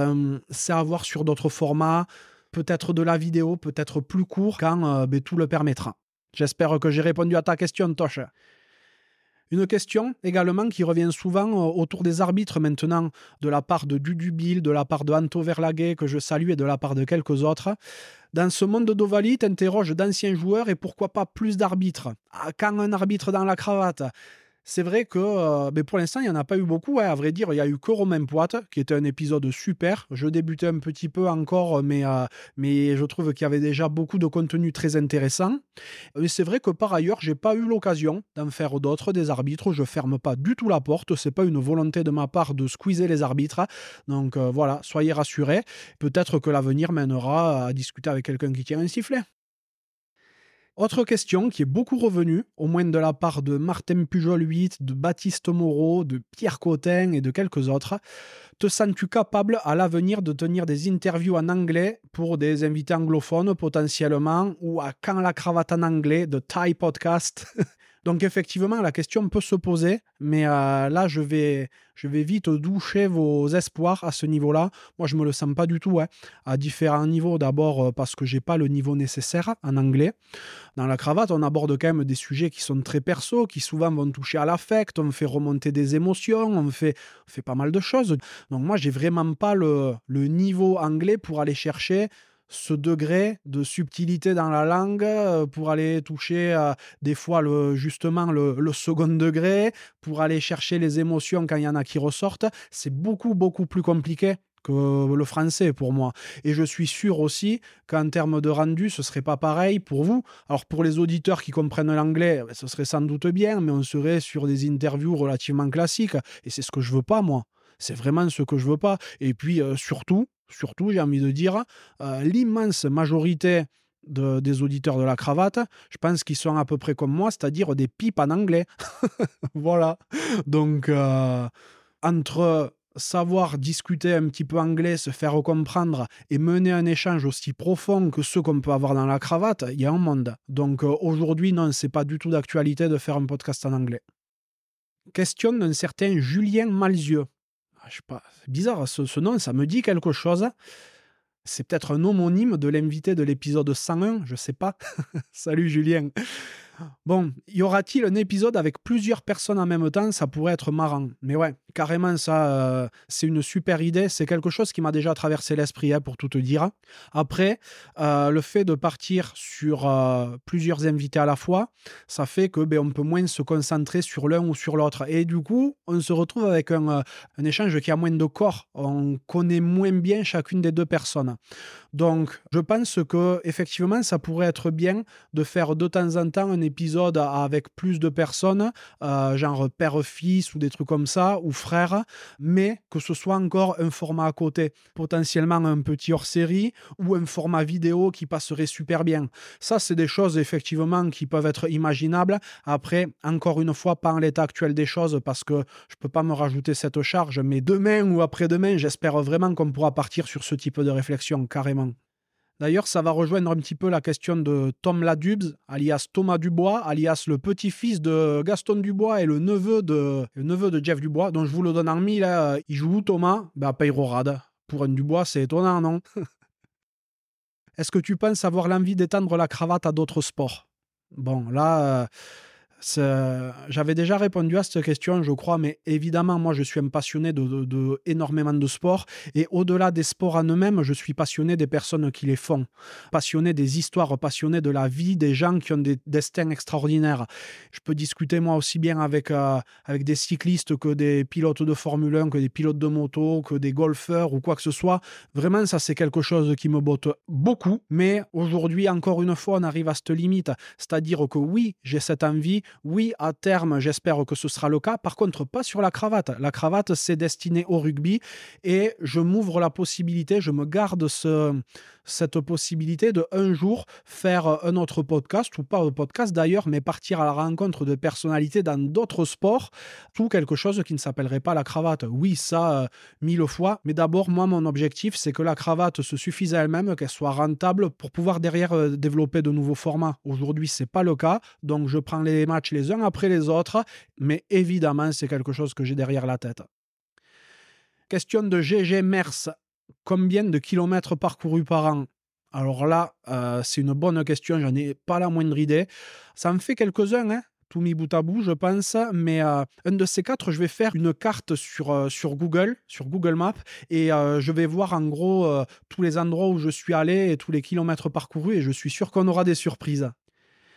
c'est à voir sur d'autres formats, peut-être de la vidéo, peut-être plus court, quand tout le permettra. J'espère que j'ai répondu à ta question, Toche. Une question également qui revient souvent autour des arbitres maintenant, de la part de Dudubil, de la part de Anto Verlaguet, que je salue, et de la part de quelques autres. Dans ce monde d'Ovalie, t'interroges d'anciens joueurs et pourquoi pas plus d'arbitres. Quand un arbitre dans la cravate? C'est vrai que, pour l'instant, il y en a pas eu beaucoup, ouais, à vrai dire. Il y a eu que Romain Poite, qui était un épisode super. Je débutais un petit peu encore, mais je trouve qu'il y avait déjà beaucoup de contenu très intéressant. Et c'est vrai que par ailleurs, j'ai pas eu l'occasion d'en faire d'autres, des arbitres. Je ferme pas du tout la porte. C'est pas une volonté de ma part de squeezer les arbitres. Donc, voilà, soyez rassurés. Peut-être que l'avenir mènera à discuter avec quelqu'un qui tient un sifflet. Autre question qui est beaucoup revenue, au moins de la part de Martin Pujol 8, de Baptiste Moreau, de Pierre Cotin et de quelques autres. Te sens-tu capable à l'avenir de tenir des interviews en anglais pour des invités anglophones potentiellement, ou à Quand la cravate en anglais de Thai Podcast? Donc effectivement, la question peut se poser, mais là, je vais vite doucher vos espoirs à ce niveau-là. Moi, je me le sens pas du tout, hein, à différents niveaux. D'abord, parce que j'ai pas le niveau nécessaire en anglais. Dans la cravate, on aborde quand même des sujets qui sont très perso, qui souvent vont toucher à l'affect, on fait remonter des émotions, on fait pas mal de choses. Donc moi, j'ai vraiment pas le niveau anglais pour aller chercher ce degré de subtilité dans la langue, pour aller toucher des fois justement le second degré, pour aller chercher les émotions quand il y en a qui ressortent. C'est beaucoup, beaucoup plus compliqué que le français pour moi. Et je suis sûr aussi qu'en termes de rendu, ce serait pas pareil pour vous. Alors pour les auditeurs qui comprennent l'anglais, ce serait sans doute bien, mais on serait sur des interviews relativement classiques. Et c'est ce que je veux pas, moi. C'est vraiment ce que je veux pas. Et puis surtout, j'ai envie de dire, l'immense majorité des auditeurs de la cravate, je pense qu'ils sont à peu près comme moi, c'est-à-dire des pipes en anglais. Voilà. Donc, entre savoir discuter un petit peu anglais, se faire comprendre et mener un échange aussi profond que ceux qu'on peut avoir dans la cravate, il y a un monde. Donc aujourd'hui, non, c'est pas du tout d'actualité de faire un podcast en anglais. Question d'un certain Julien Malzieux. Je sais pas, c'est bizarre, ce nom, ça me dit quelque chose. C'est peut-être un homonyme de l'invité de l'épisode 101, je sais pas. Salut Julien. Bon, y aura-t-il un épisode avec plusieurs personnes en même temps? Ça pourrait être marrant. Mais ouais, carrément, ça, c'est une super idée. C'est quelque chose qui m'a déjà traversé l'esprit, hein, pour tout te dire. Après, le fait de partir sur plusieurs invités à la fois, ça fait que on peut moins se concentrer sur l'un ou sur l'autre. Et du coup, on se retrouve avec un échange qui a moins de corps. On connaît moins bien chacune des deux personnes. Donc, je pense que effectivement, ça pourrait être bien de faire de temps en temps un épisode avec plus de personnes, genre père-fils ou des trucs comme ça, ou frère, mais que ce soit encore un format à côté, potentiellement un petit hors-série ou un format vidéo qui passerait super bien. Ça, c'est des choses effectivement qui peuvent être imaginables. Après, encore une fois, pas en l'état actuel des choses parce que je peux pas me rajouter cette charge, mais demain ou après-demain, j'espère vraiment qu'on pourra partir sur ce type de réflexion, carrément. D'ailleurs, ça va rejoindre un petit peu la question de Tom Ladubs, alias Thomas Dubois, alias le petit-fils de Gaston Dubois et le neveu de Jeff Dubois, dont je vous le donne en mille. Il joue où, Thomas? Peyrorade. Pour un Dubois, c'est étonnant, non? Est-ce que tu penses avoir l'envie d'étendre la cravate à d'autres sports? Bon, là, j'avais déjà répondu à cette question, je crois, mais évidemment, moi, je suis un passionné de énormément de sports. Et au-delà des sports en eux-mêmes, je suis passionné des personnes qui les font. Passionné des histoires, passionné de la vie des gens qui ont des destins extraordinaires. Je peux discuter, moi, aussi bien avec des cyclistes que des pilotes de Formule 1, que des pilotes de moto, que des golfeurs ou quoi que ce soit. Vraiment, ça, c'est quelque chose qui me botte beaucoup. Mais aujourd'hui, encore une fois, on arrive à cette limite. C'est-à-dire que oui, j'ai cette envie. Oui, à terme, j'espère que ce sera le cas. Par contre, pas sur la cravate. La cravate, c'est destiné au rugby et je m'ouvre la possibilité, je me garde cette possibilité de un jour faire un autre podcast, ou pas un podcast d'ailleurs, mais partir à la rencontre de personnalités dans d'autres sports, tout quelque chose qui ne s'appellerait pas la cravate. Oui, ça, 1000 fois. Mais d'abord, moi, mon objectif, c'est que la cravate se suffise à elle-même, qu'elle soit rentable pour pouvoir derrière développer de nouveaux formats. Aujourd'hui, c'est pas le cas. Donc, je prends les matchs les uns après les autres. Mais évidemment, c'est quelque chose que j'ai derrière la tête. Question de GG Mers. Combien de kilomètres parcourus par an? Alors là, c'est une bonne question, j'en ai pas la moindre idée. Ça me fait quelques-uns, hein, tout mis bout à bout, je pense, mais un de ces quatre, je vais faire une carte sur Google Maps, et je vais voir en gros tous les endroits où je suis allé et tous les kilomètres parcourus, et je suis sûr qu'on aura des surprises.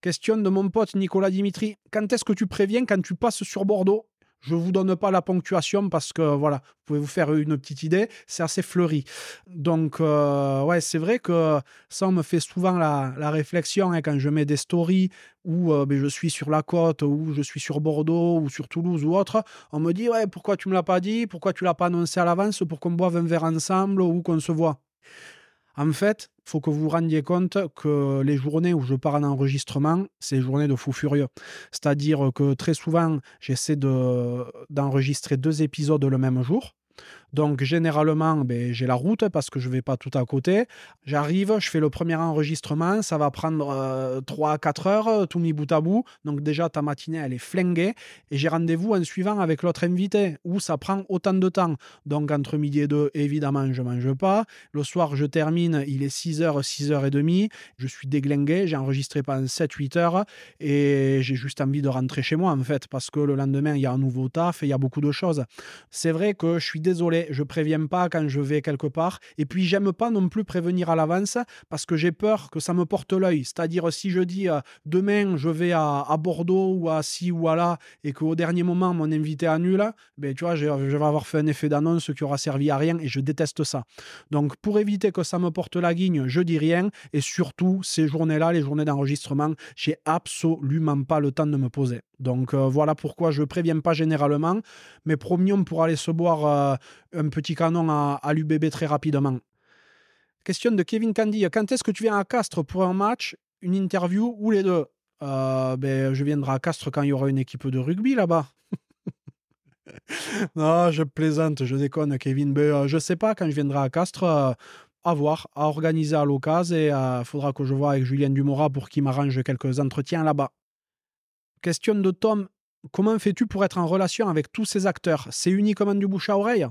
Question de mon pote Nicolas Dimitri. Quand est-ce que tu préviens quand tu passes sur Bordeaux? Je ne vous donne pas la ponctuation parce que voilà, vous pouvez vous faire une petite idée, c'est assez fleuri. Donc, ouais, c'est vrai que ça, on me fait souvent la réflexion quand je mets des stories où je suis sur la côte, ou je suis sur Bordeaux, ou sur Toulouse ou autre. On me dit, ouais, pourquoi tu ne me l'as pas dit? Pourquoi tu ne l'as pas annoncé à l'avance pour qu'on boive un verre ensemble ou qu'on se voit? En fait, il faut que vous vous rendiez compte que les journées où je pars en enregistrement, c'est des journées de fou furieux. C'est-à-dire que très souvent, j'essaie d'enregistrer 2 épisodes le même jour. Donc généralement, j'ai la route parce que je ne vais pas tout à côté. J'arrive, je fais le premier enregistrement, ça va prendre 3 à 4 heures, tout mis bout à bout. Donc déjà, ta matinée, elle est flinguée. Et j'ai rendez-vous en suivant avec l'autre invité, où ça prend autant de temps. Donc entre midi et 2, évidemment, je ne mange pas. Le soir, je termine, il est 6h, 6h30. Je suis déglingué, j'ai enregistré pendant 7-8 heures. Et j'ai juste envie de rentrer chez moi, en fait, parce que le lendemain, il y a un nouveau taf et il y a beaucoup de choses. C'est vrai que je suis désolé, je préviens pas quand je vais quelque part. Et puis, j'aime pas non plus prévenir à l'avance parce que j'ai peur que ça me porte l'œil. C'est-à-dire, si je dis demain, je vais à Bordeaux ou à ci ou à là et qu'au dernier moment, mon invité annule, tu vois, je vais avoir fait un effet d'annonce qui aura servi à rien et je déteste ça. Donc, pour éviter que ça me porte la guigne, je dis rien. Et surtout, ces journées-là, les journées d'enregistrement, j'ai absolument pas le temps de me poser. Donc, voilà pourquoi je préviens pas généralement. Mais promis, on pourra aller se boire un petit canon à l'UBB très rapidement. Question de Kevin Candy. Quand est-ce que tu viens à Castres pour un match, une interview ou les deux? Je viendrai à Castres quand il y aura une équipe de rugby là-bas. Non, je plaisante, je déconne, Kevin. Je sais pas quand je viendrai à Castres. À voir, à organiser à l'occasion. Et il faudra que je voie avec Julien Dumora pour qu'il m'arrange quelques entretiens là-bas. Question de Tom. Comment fais-tu pour être en relation avec tous ces acteurs? C'est uniquement du bouche à oreille?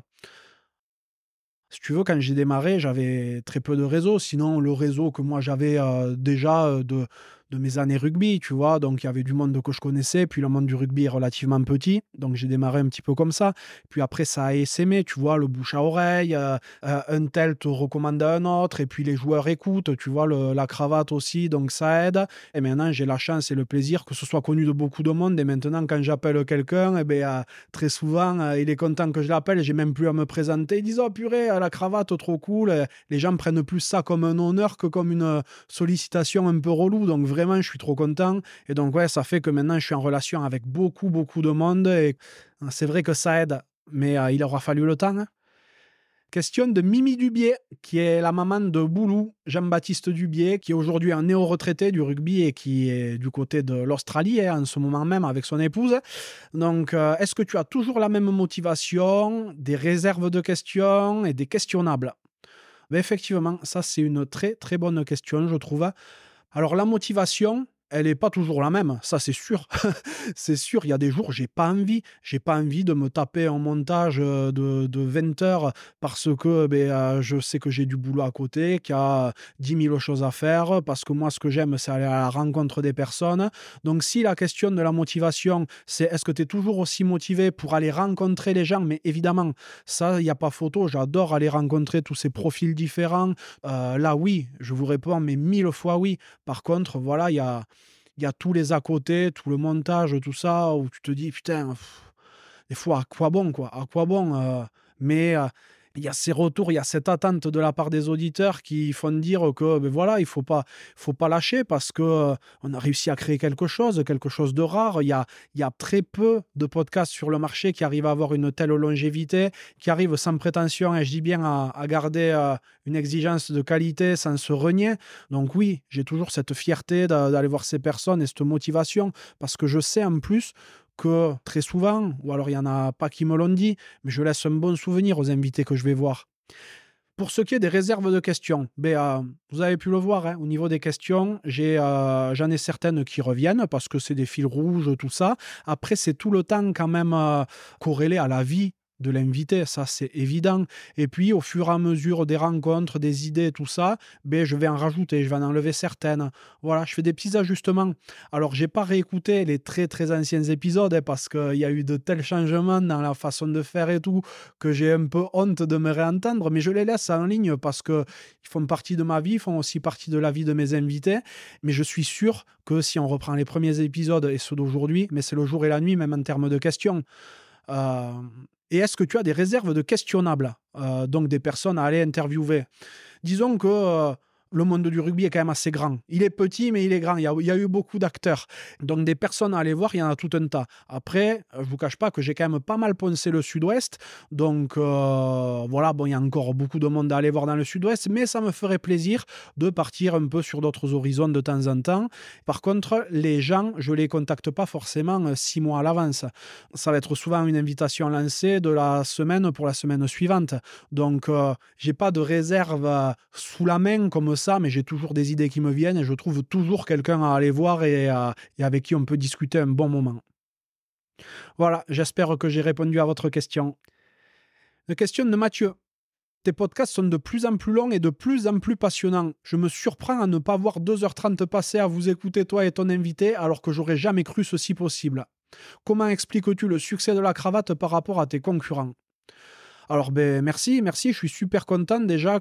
Si tu veux, quand j'ai démarré, j'avais très peu de réseau. Sinon, le réseau que moi j'avais déjà de mes années rugby, tu vois. Donc, il y avait du monde que je connaissais. Puis, le monde du rugby est relativement petit. Donc, j'ai démarré un petit peu comme ça. Puis après, ça a essaimé, tu vois, le bouche à oreille. Un tel te recommande un autre. Et puis, les joueurs écoutent, tu vois, la cravate aussi. Donc, ça aide. Et maintenant, j'ai la chance et le plaisir que ce soit connu de beaucoup de monde. Et maintenant, quand j'appelle quelqu'un, très souvent, il est content que je l'appelle. J'ai même plus à me présenter. Ils disent, oh purée, la cravate, trop cool. Les gens prennent plus ça comme un honneur que comme une sollicitation un peu relou. Donc vraiment, je suis trop content. Et donc, ouais, ça fait que maintenant, je suis en relation avec beaucoup, beaucoup de monde. Et c'est vrai que ça aide. Mais il aura fallu le temps. Question de Mimi Dubier, qui est la maman de Boulou, Jean-Baptiste Dubier, qui est aujourd'hui un néo-retraité du rugby et qui est du côté de l'Australie en ce moment même avec son épouse. Donc, est-ce que tu as toujours la même motivation, des réserves de questions et des questionnables? Effectivement, ça c'est une très très bonne question, je trouve. Alors la motivation, elle n'est pas toujours la même, ça c'est sûr. C'est sûr, il y a des jours, j'ai pas envie. J'ai pas envie de me taper un montage de 20 heures parce que je sais que j'ai du boulot à côté, qu'il y a 10 000 choses à faire, parce que moi, ce que j'aime, c'est aller à la rencontre des personnes. Donc, si la question de la motivation, c'est est-ce que tu es toujours aussi motivé pour aller rencontrer les gens? Mais évidemment, ça, il n'y a pas photo. J'adore aller rencontrer tous ces profils différents. Là, oui, je vous réponds, mais 1000 fois oui. Par contre, voilà, il y a tous les à côté, tout le montage, tout ça, où tu te dis, putain, des fois, à quoi bon, quoi? À quoi bon? Mais il y a ces retours, il y a cette attente de la part des auditeurs qui font dire que, voilà, il faut pas lâcher parce que on a réussi à créer quelque chose de rare. Il y a très peu de podcasts sur le marché qui arrivent à avoir une telle longévité, qui arrivent sans prétention, et je dis bien à garder une exigence de qualité sans se renier. Donc oui, j'ai toujours cette fierté d'aller voir ces personnes et cette motivation parce que je sais en plus que très souvent, ou alors il n'y en a pas qui me l'ont dit, mais je laisse un bon souvenir aux invités que je vais voir. Pour ce qui est des réserves de questions, vous avez pu le voir, hein, au niveau des questions, j'en ai certaines qui reviennent parce que c'est des fils rouges, tout ça. Après, c'est tout le temps quand même corrélé à la vie de l'invité, ça c'est évident. Et puis au fur et à mesure des rencontres, des idées, tout ça, ben, je vais en rajouter, je vais en enlever certaines. Voilà, je fais des petits ajustements. Alors j'ai pas réécouté les très très anciens épisodes parce qu'il y a eu de tels changements dans la façon de faire et tout que j'ai un peu honte de me réentendre, mais je les laisse en ligne parce qu'ils font partie de ma vie, ils font aussi partie de la vie de mes invités. Mais je suis sûr que si on reprend les premiers épisodes et ceux d'aujourd'hui, mais c'est le jour et la nuit, même en termes de questions. Euh, et est-ce que tu as des réserves de questionnables, donc des personnes à aller interviewer? Disons que le monde du rugby est quand même assez grand. Il est petit, mais il est grand. Il y a eu beaucoup d'acteurs. Donc des personnes à aller voir, il y en a tout un tas. Après, je ne vous cache pas que j'ai quand même pas mal poncé le sud-ouest. Donc voilà, bon, il y a encore beaucoup de monde à aller voir dans le sud-ouest, mais ça me ferait plaisir de partir un peu sur d'autres horizons de temps en temps. Par contre, les gens, je ne les contacte pas forcément 6 mois à l'avance. Ça va être souvent une invitation lancée de la semaine pour la semaine suivante. Donc, j'ai pas de réserve sous la main comme ça, mais j'ai toujours des idées qui me viennent et je trouve toujours quelqu'un à aller voir et avec qui on peut discuter un bon moment. Voilà, j'espère que j'ai répondu à votre question. Une question de Mathieu. Tes podcasts sont de plus en plus longs et de plus en plus passionnants. Je me surprends à ne pas voir 2h30 passer à vous écouter toi et ton invité alors que j'aurais jamais cru ceci possible. Comment expliques-tu le succès de la cravate par rapport à tes concurrents? Alors, ben, merci, je suis super content déjà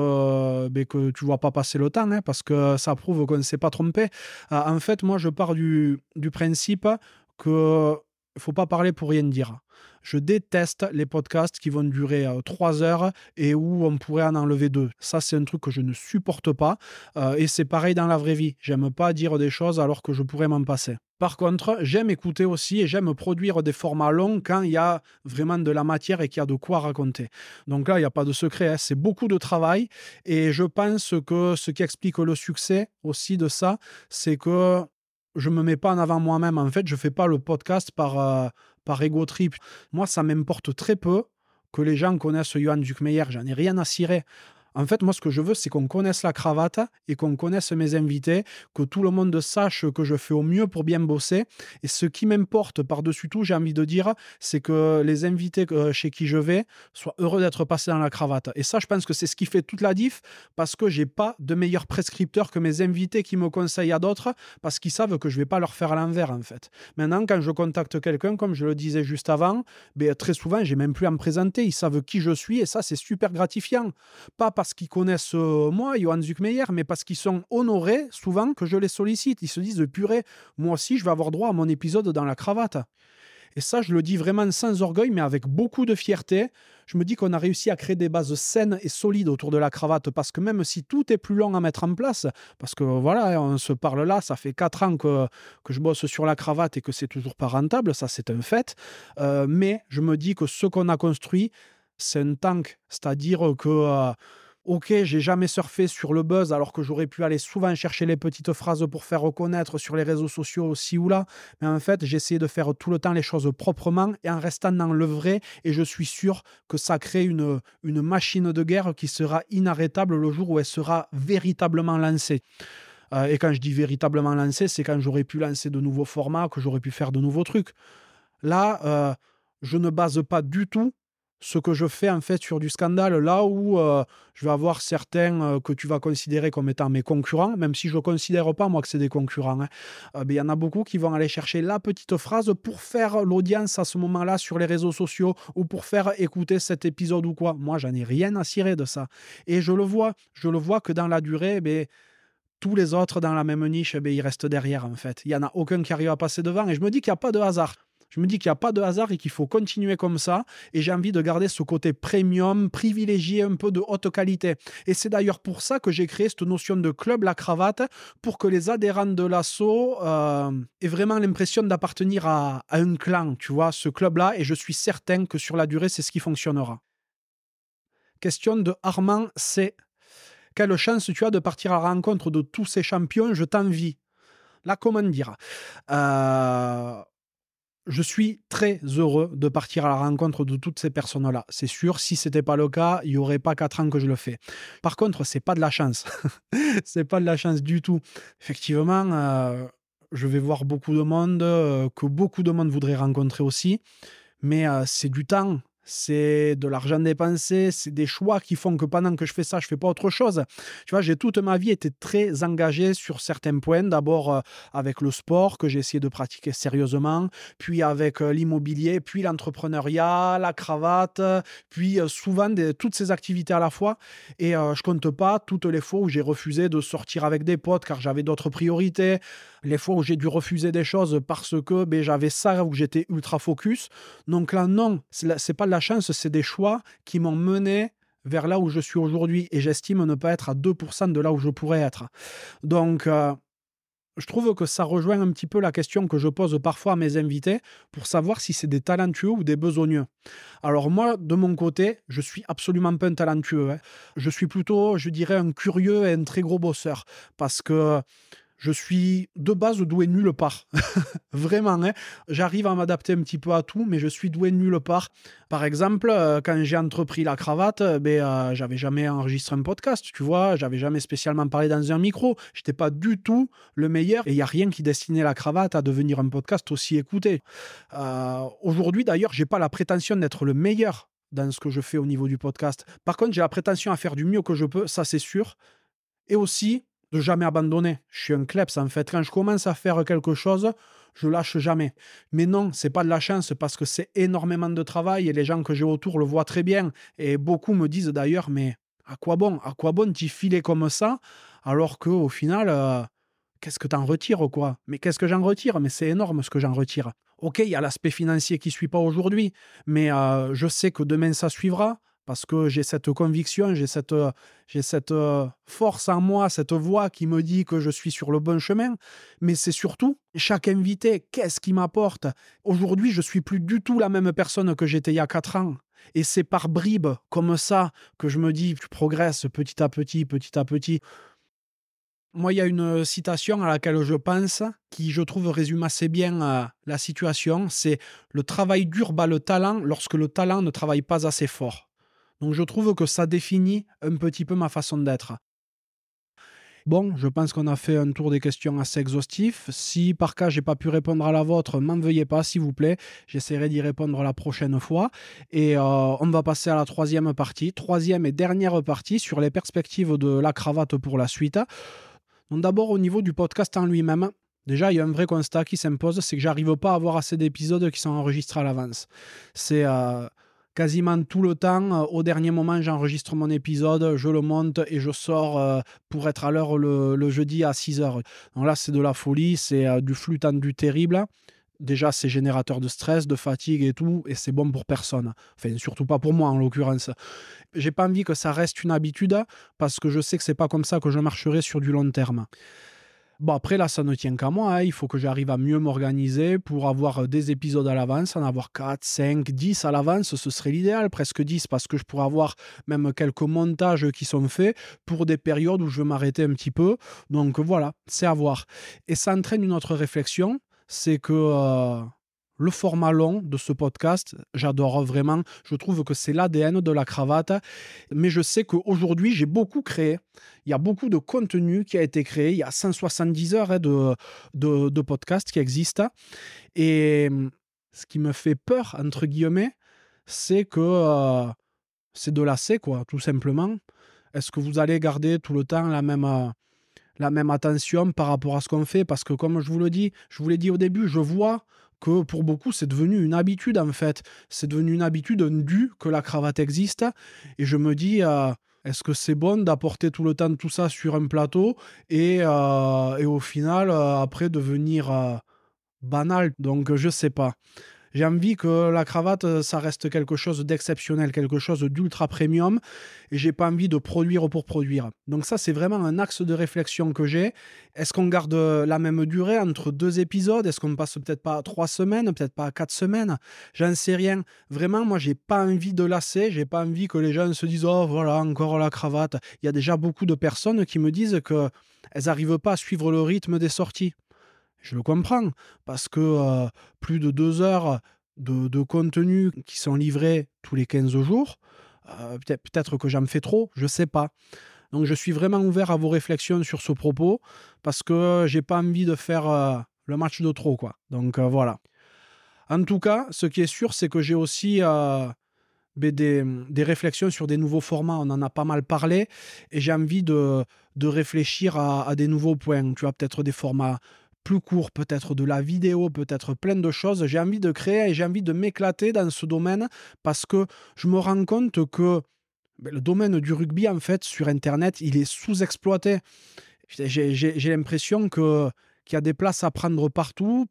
que tu ne vois pas passer le temps, hein, parce que ça prouve qu'on ne s'est pas trompé. En fait, moi, je pars du principe qu'il ne faut pas parler pour rien dire. Je déteste les podcasts qui vont durer 3 heures et où on pourrait en enlever 2. Ça, c'est un truc que je ne supporte pas. Et c'est pareil dans la vraie vie. J'aime pas dire des choses alors que je pourrais m'en passer. Par contre, j'aime écouter aussi et j'aime produire des formats longs quand il y a vraiment de la matière et qu'il y a de quoi raconter. Donc là, il n'y a pas de secret, hein. C'est beaucoup de travail et je pense que ce qui explique le succès aussi de ça, c'est que je ne me mets pas en avant moi-même. En fait, je ne fais pas le podcast par ego trip. Moi, ça m'importe très peu que les gens connaissent Johan Zuckmeyer. J'en ai rien à cirer. En fait, moi, ce que je veux, c'est qu'on connaisse la cravate et qu'on connaisse mes invités, que tout le monde sache que je fais au mieux pour bien bosser. Et ce qui m'importe par-dessus tout, j'ai envie de dire, c'est que les invités chez qui je vais soient heureux d'être passés dans la cravate. Et ça, je pense que c'est ce qui fait toute la diff, parce que j'ai pas de meilleur prescripteur que mes invités qui me conseillent à d'autres, parce qu'ils savent que je vais pas leur faire à l'envers, en fait. Maintenant, quand je contacte quelqu'un, comme je le disais juste avant, très souvent, j'ai même plus à me présenter. Ils savent qui je suis et ça, c'est super gratifiant. Pas parce qu'ils connaissent moi, Johan Zuckmeyer, mais parce qu'ils sont honorés souvent que je les sollicite. Ils se disent, purée, moi aussi, je vais avoir droit à mon épisode dans la cravate. Et ça, je le dis vraiment sans orgueil, mais avec beaucoup de fierté. Je me dis qu'on a réussi à créer des bases saines et solides autour de la cravate, parce que même si tout est plus long à mettre en place, parce que voilà, on se parle là, ça fait 4 ans que je bosse sur la cravate et que c'est toujours pas rentable, ça c'est un fait. Mais je me dis que ce qu'on a construit, c'est un tank. C'est-à-dire que ok, j'ai jamais surfé sur le buzz alors que j'aurais pu aller souvent chercher les petites phrases pour faire reconnaître sur les réseaux sociaux aussi ou là. Mais en fait, j'ai essayé de faire tout le temps les choses proprement et en restant dans le vrai. Et je suis sûr que ça crée une machine de guerre qui sera inarrêtable le jour où elle sera véritablement lancée. Et quand je dis véritablement lancée, c'est quand j'aurais pu lancer de nouveaux formats, que j'aurais pu faire de nouveaux trucs. Là, je ne base pas du tout ce que je fais en fait sur du scandale, là où je vais avoir certains que tu vas considérer comme étant mes concurrents, même si je ne considère pas moi que c'est des concurrents, hein. Il y en a beaucoup qui vont aller chercher la petite phrase pour faire l'audience à ce moment-là sur les réseaux sociaux ou pour faire écouter cet épisode ou quoi. Moi, j'en ai rien à cirer de ça. Et je le vois que dans la durée, tous les autres dans la même niche, ils restent derrière en fait. Il n'y en a aucun qui arrive à passer devant et je me dis qu'il n'y a pas de hasard. Je me dis qu'il n'y a pas de hasard et qu'il faut continuer comme ça. Et j'ai envie de garder ce côté premium, privilégié, un peu de haute qualité. Et c'est d'ailleurs pour ça que j'ai créé cette notion de club La Cravate, pour que les adhérents de l'assaut aient vraiment l'impression d'appartenir à un clan, tu vois, ce club-là. Et je suis certain que sur la durée, c'est ce qui fonctionnera. Question de Armand C. Quelle chance tu as de partir à la rencontre de tous ces champions, je t'envie. Là, comment dire Je suis très heureux de partir à la rencontre de toutes ces personnes-là. C'est sûr, si ce n'était pas le cas, il n'y aurait pas 4 ans que je le fais. Par contre, ce n'est pas de la chance. C'est pas de la chance du tout. Effectivement, je vais voir beaucoup de monde, que beaucoup de monde voudrait rencontrer aussi. Mais c'est du temps. c'est de l'argent dépensé, c'est des choix qui font que pendant que je fais ça, je fais pas autre chose. Tu vois, j'ai toute ma vie été très engagé sur certains points. D'abord avec le sport que j'ai essayé de pratiquer sérieusement, puis avec l'immobilier, puis l'entrepreneuriat, la cravate, puis souvent toutes ces activités à la fois. Et je compte pas toutes les fois où j'ai refusé de sortir avec des potes car j'avais d'autres priorités, les fois où j'ai dû refuser des choses parce que j'avais ça, où j'étais ultra focus. Donc là, non, c'est pas de la chance, c'est des choix qui m'ont mené vers là où je suis aujourd'hui et j'estime ne pas être à 2% de là où je pourrais être. Donc, je trouve que ça rejoint un petit peu la question que je pose parfois à mes invités pour savoir si c'est des talentueux ou des besogneux. Alors moi, de mon côté, je suis absolument pas un talentueux, hein. Je suis plutôt, je dirais, un curieux et un très gros bosseur parce que je suis de base doué nulle part. Vraiment, hein. J'arrive à m'adapter un petit peu à tout, mais je suis doué nulle part. Par exemple, quand j'ai entrepris la cravate, j'avais jamais enregistré un podcast, tu vois. J'avais jamais spécialement parlé dans un micro. J'étais pas du tout le meilleur. Et il n'y a rien qui destinait la cravate à devenir un podcast aussi écouté. Aujourd'hui, d'ailleurs, j'ai pas la prétention d'être le meilleur dans ce que je fais au niveau du podcast. Par contre, j'ai la prétention à faire du mieux que je peux, ça c'est sûr. Et aussi, de jamais abandonner. Je suis un kleps, en fait. Quand je commence à faire quelque chose, je lâche jamais. Mais non, c'est pas de la chance parce que c'est énormément de travail et les gens que j'ai autour le voient très bien. Et beaucoup me disent d'ailleurs, mais à quoi bon? À quoi bon t'y filer comme ça alors qu'au final, qu'est-ce que t'en retires, quoi? Mais qu'est-ce que j'en retire? Mais c'est énorme ce que j'en retire. Ok, il y a l'aspect financier qui suit pas aujourd'hui, mais je sais que demain ça suivra parce que j'ai cette conviction, j'ai cette force en moi, cette voix qui me dit que je suis sur le bon chemin. Mais c'est surtout chaque invité, qu'est-ce qu'il m'apporte? Aujourd'hui, je suis plus du tout la même personne que j'étais il y a 4 ans. Et c'est par bribes comme ça que je me dis, tu progresses petit à petit, petit à petit. Moi, il y a une citation à laquelle je pense, qui je trouve résume assez bien la situation. C'est: le travail dur bat le talent lorsque le talent ne travaille pas assez fort. Donc je trouve que ça définit un petit peu ma façon d'être. Bon, je pense qu'on a fait un tour des questions assez exhaustif. Si par cas j'ai pas pu répondre à la vôtre, m'en veuillez pas, s'il vous plaît. J'essaierai d'y répondre la prochaine fois. Et on va passer à la troisième et dernière partie sur les perspectives de la cravate pour la suite. Donc d'abord au niveau du podcast en lui-même, déjà il y a un vrai constat qui s'impose, c'est que j'arrive pas à avoir assez d'épisodes qui sont enregistrés à l'avance. C'est quasiment tout le temps, au dernier moment j'enregistre mon épisode, je le monte et je sors pour être à l'heure le jeudi à 6h. Donc là c'est de la folie, c'est du flux tendu terrible. Déjà, c'est générateur de stress, de fatigue et tout, et c'est bon pour personne. Enfin, surtout pas pour moi en l'occurrence. J'ai pas envie que ça reste une habitude parce que je sais que c'est pas comme ça que je marcherai sur du long terme. Bon, après, là, ça ne tient qu'à moi, hein. Il faut que j'arrive à mieux m'organiser pour avoir des épisodes à l'avance, en avoir 4, 5, 10 à l'avance. Ce serait l'idéal, presque 10, parce que je pourrais avoir même quelques montages qui sont faits pour des périodes où je veux m'arrêter un petit peu. Donc voilà, c'est à voir. Et ça entraîne une autre réflexion, c'est que le format long de ce podcast, j'adore vraiment. Je trouve que c'est l'ADN de la cravate. Mais je sais qu'aujourd'hui, j'ai beaucoup créé. Il y a beaucoup de contenu qui a été créé. Il y a 170 heures de podcast qui existent. Et ce qui me fait peur, entre guillemets, c'est que c'est de lasser, quoi, tout simplement. Est-ce que vous allez garder tout le temps la même attention par rapport à ce qu'on fait? Parce que comme je vous l'ai dit au début, je vois que pour beaucoup, c'est devenu une habitude en fait. C'est devenu une habitude, un dû que la cravate existe. Et je me dis, est-ce que c'est bon d'apporter tout le temps tout ça sur un plateau et au final, après, devenir banal? Donc, je sais pas. J'ai envie que la cravate, ça reste quelque chose d'exceptionnel, quelque chose d'ultra premium, et j'ai pas envie de produire pour produire. Donc ça, c'est vraiment un axe de réflexion que j'ai. Est-ce qu'on garde la même durée entre 2 épisodes? Est-ce qu'on passe peut-être pas à 3 semaines, peut-être pas à 4 semaines? J'en sais rien. Vraiment, moi, j'ai pas envie de lasser, j'ai pas envie que les gens se disent: «Oh voilà, encore la cravate». Il y a déjà beaucoup de personnes qui me disent qu'elles arrivent pas à suivre le rythme des sorties. Je le comprends, parce que plus de 2 heures de contenu qui sont livrés tous les 15 jours, peut-être que j'en fais trop, je ne sais pas. Donc je suis vraiment ouvert à vos réflexions sur ce propos, parce que j'ai pas envie de faire le match de trop, quoi. Donc voilà. En tout cas, ce qui est sûr, c'est que j'ai aussi des réflexions sur des nouveaux formats. On en a pas mal parlé et j'ai envie de réfléchir à des nouveaux points. Tu vois, peut-être des formats plus courts, peut-être de la vidéo, peut-être plein de choses. J'ai envie de créer et j'ai envie de m'éclater dans ce domaine parce que je me rends compte que le domaine du rugby, en fait, sur Internet, il est sous-exploité. J'ai l'impression qu'il y a des places à prendre partout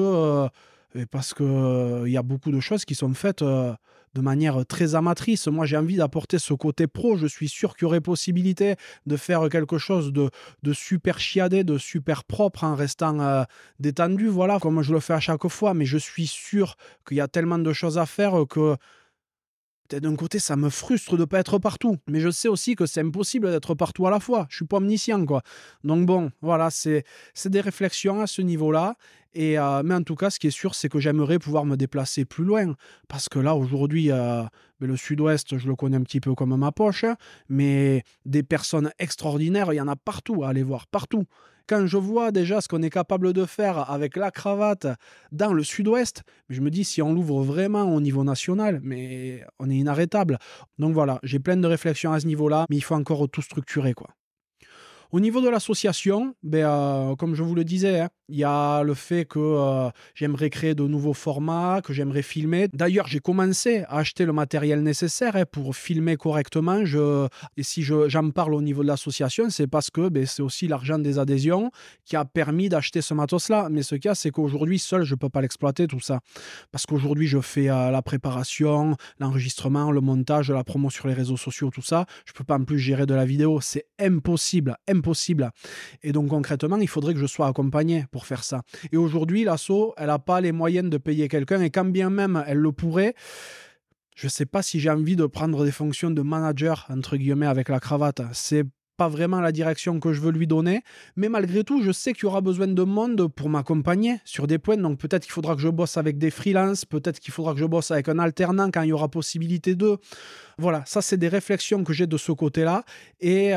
parce que, il y a beaucoup de choses qui sont faites de manière très amatrice. Moi, j'ai envie d'apporter ce côté pro. Je suis sûr qu'il y aurait possibilité de faire quelque chose de super chiadé, de super propre en restant détendu, voilà, comme je le fais à chaque fois. Mais je suis sûr qu'il y a tellement de choses à faire que peut-être d'un côté, ça me frustre de ne pas être partout, mais je sais aussi que c'est impossible d'être partout à la fois. Je suis pas omniscient, quoi. Donc bon, voilà, c'est des réflexions à ce niveau-là. Mais en tout cas, ce qui est sûr, c'est que j'aimerais pouvoir me déplacer plus loin. Parce que là, aujourd'hui, le Sud-Ouest, je le connais un petit peu comme ma poche, mais des personnes extraordinaires, il y en a partout à aller voir, partout. Quand je vois déjà ce qu'on est capable de faire avec la cravate dans le Sud-Ouest, je me dis si on l'ouvre vraiment au niveau national, mais on est inarrêtable. Donc voilà, j'ai plein de réflexions à ce niveau-là, mais il faut encore tout structurer, quoi. Au niveau de l'association, comme je vous le disais, hein, il y a le fait que j'aimerais créer de nouveaux formats, que j'aimerais filmer. D'ailleurs, j'ai commencé à acheter le matériel nécessaire pour filmer correctement. Et si j'en parle au niveau de l'association, c'est parce que c'est aussi l'argent des adhésions qui a permis d'acheter ce matos-là. Mais ce cas, c'est qu'aujourd'hui, seul, je ne peux pas l'exploiter, tout ça. Parce qu'aujourd'hui, je fais la préparation, l'enregistrement, le montage, la promo sur les réseaux sociaux, tout ça. Je ne peux pas en plus gérer de la vidéo. C'est impossible. Et donc concrètement, il faudrait que je sois accompagné pour faire ça. Et aujourd'hui, l'asso, elle n'a pas les moyens de payer quelqu'un et quand bien même elle le pourrait, je ne sais pas si j'ai envie de prendre des fonctions de manager, entre guillemets, avec la cravate. C'est pas vraiment la direction que je veux lui donner, mais malgré tout, je sais qu'il y aura besoin de monde pour m'accompagner sur des points, donc peut-être qu'il faudra que je bosse avec des freelances, peut-être qu'il faudra que je bosse avec un alternant quand il y aura possibilité d'eux. Voilà, ça c'est des réflexions que j'ai de ce côté-là, et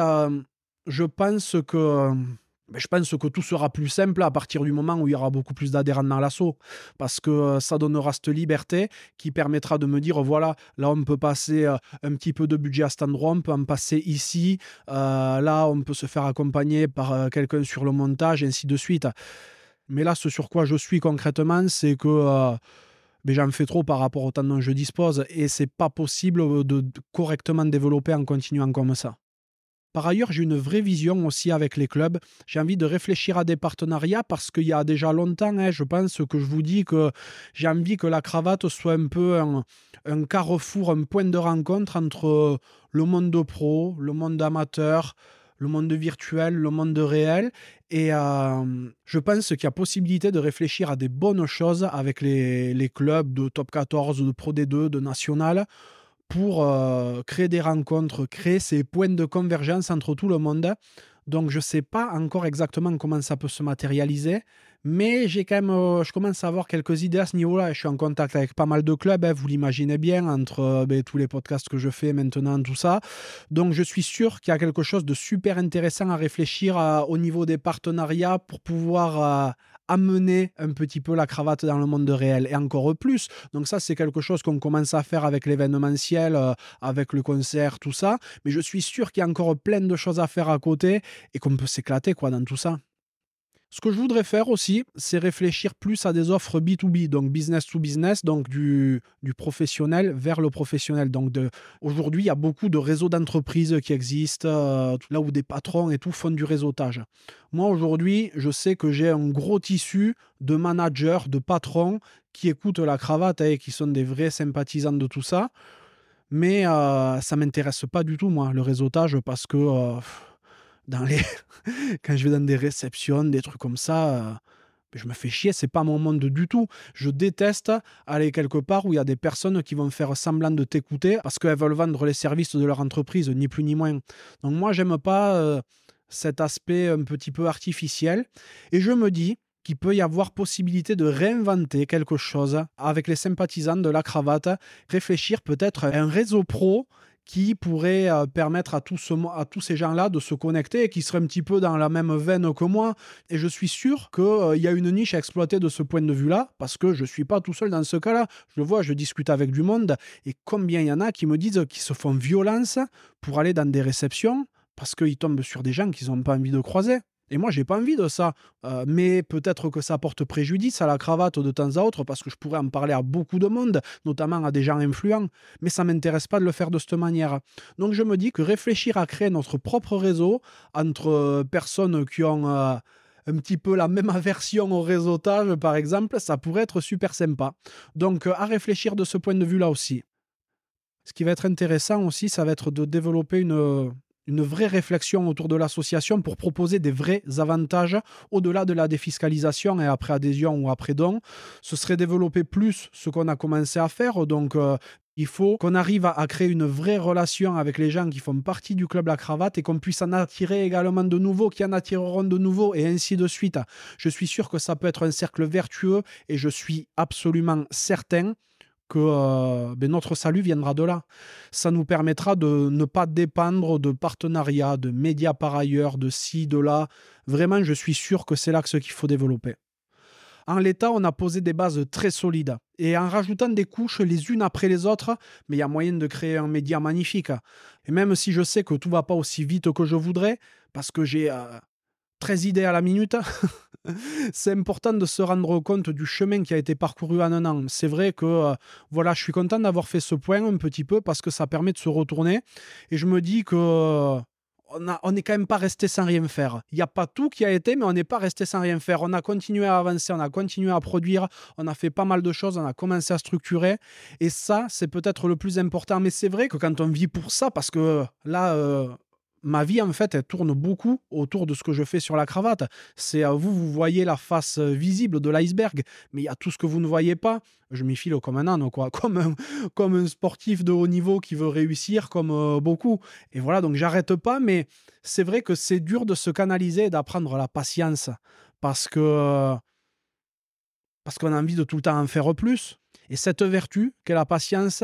je pense que tout sera plus simple à partir du moment où il y aura beaucoup plus d'adhérents dans l'asso. Parce que ça donnera cette liberté qui permettra de me dire, voilà, là on peut passer un petit peu de budget à cet endroit, on peut en passer ici, là on peut se faire accompagner par quelqu'un sur le montage, et ainsi de suite. Mais là, ce sur quoi je suis concrètement, c'est que j'en fais trop par rapport au temps dont je dispose et c'est pas possible de correctement développer en continuant comme ça. Par ailleurs, j'ai une vraie vision aussi avec les clubs. J'ai envie de réfléchir à des partenariats parce qu'il y a déjà longtemps, hein, je pense que je vous dis que j'ai envie que la cravate soit un peu un carrefour, un point de rencontre entre le monde pro, le monde amateur, le monde virtuel, le monde réel. Et je pense qu'il y a possibilité de réfléchir à des bonnes choses avec les clubs de top 14, de Pro D2, de National pour créer des rencontres, créer ces points de convergence entre tout le monde. Donc je ne sais pas encore exactement comment ça peut se matérialiser, mais j'ai quand même, je commence à avoir quelques idées à ce niveau-là. Je suis en contact avec pas mal de clubs, hein, vous l'imaginez bien, entre tous les podcasts que je fais maintenant, tout ça. Donc je suis sûr qu'il y a quelque chose de super intéressant à réfléchir au niveau des partenariats pour pouvoir amener un petit peu la cravate dans le monde réel et encore plus. Donc ça, c'est quelque chose qu'on commence à faire avec l'événementiel, avec le concert, tout ça. Mais je suis sûr qu'il y a encore plein de choses à faire à côté et qu'on peut s'éclater quoi dans tout ça. Ce que je voudrais faire aussi, c'est réfléchir plus à des offres B2B, donc business to business, donc du professionnel vers le professionnel. Aujourd'hui, il y a beaucoup de réseaux d'entreprises qui existent, là où des patrons et tout font du réseautage. Moi, aujourd'hui, je sais que j'ai un gros tissu de managers, de patrons qui écoutent la cravate et qui sont des vrais sympathisants de tout ça. Mais ça ne m'intéresse pas du tout, moi, le réseautage, parce que dans les quand je vais dans des réceptions, des trucs comme ça, je me fais chier, c'est pas mon monde du tout. Je déteste aller quelque part où il y a des personnes qui vont faire semblant de t'écouter parce qu'elles veulent vendre les services de leur entreprise, ni plus ni moins. Donc moi, j'aime pas cet aspect un petit peu artificiel. Et je me dis qu'il peut y avoir possibilité de réinventer quelque chose avec les sympathisants de la cravate, réfléchir peut-être à un réseau pro qui pourrait permettre à tous ces gens-là de se connecter et qui seraient un petit peu dans la même veine que moi. Et je suis sûr qu'il y a une niche à exploiter de ce point de vue-là, parce que je ne suis pas tout seul dans ce cas-là. Je le vois, je discute avec du monde, et combien il y en a qui me disent qu'ils se font violence pour aller dans des réceptions, parce qu'ils tombent sur des gens qu'ils n'ont pas envie de croiser. Et moi, j'ai pas envie de ça. Mais peut-être que ça porte préjudice à la cravate de temps à autre, parce que je pourrais en parler à beaucoup de monde, notamment à des gens influents. Mais ça m'intéresse pas de le faire de cette manière. Donc je me dis que réfléchir à créer notre propre réseau entre personnes qui ont un petit peu la même aversion au réseautage, par exemple, ça pourrait être super sympa. Donc à réfléchir de ce point de vue-là aussi. Ce qui va être intéressant aussi, ça va être de développer une vraie réflexion autour de l'association pour proposer des vrais avantages au-delà de la défiscalisation et après adhésion ou après don. Ce serait développer plus ce qu'on a commencé à faire. Donc, il faut qu'on arrive à créer une vraie relation avec les gens qui font partie du club La Cravate et qu'on puisse en attirer également de nouveaux, qui en attireront de nouveaux et ainsi de suite. Je suis sûr que ça peut être un cercle vertueux et je suis absolument certain que notre salut viendra de là. Ça nous permettra de ne pas dépendre de partenariats, de médias par ailleurs, de ci, de là. Vraiment, je suis sûr que c'est l'axe qu'il faut développer. En l'état, on a posé des bases très solides. Et en rajoutant des couches les unes après les autres, mais il y a moyen de créer un média magnifique. Et même si je sais que tout ne va pas aussi vite que je voudrais, parce que j'ai 13 idées à la minute, c'est important de se rendre compte du chemin qui a été parcouru en un an. C'est vrai que voilà, je suis content d'avoir fait ce point un petit peu parce que ça permet de se retourner. Et je me dis que on n'est quand même pas resté sans rien faire. Il n'y a pas tout qui a été, mais on n'est pas resté sans rien faire. On a continué à avancer, on a continué à produire, on a fait pas mal de choses, on a commencé à structurer. Et ça, c'est peut-être le plus important. Mais c'est vrai que quand on vit pour ça, parce que là... ma vie, en fait, elle tourne beaucoup autour de ce que je fais sur la cravate. C'est vous voyez la face visible de l'iceberg, mais il y a tout ce que vous ne voyez pas. Je m'y file comme un âne, quoi. Comme un sportif de haut niveau qui veut réussir, comme beaucoup. Et voilà, donc j'arrête pas, mais c'est vrai que c'est dur de se canaliser et d'apprendre la patience parce que parce qu'on a envie de tout le temps en faire plus. Et cette vertu qu'est la patience,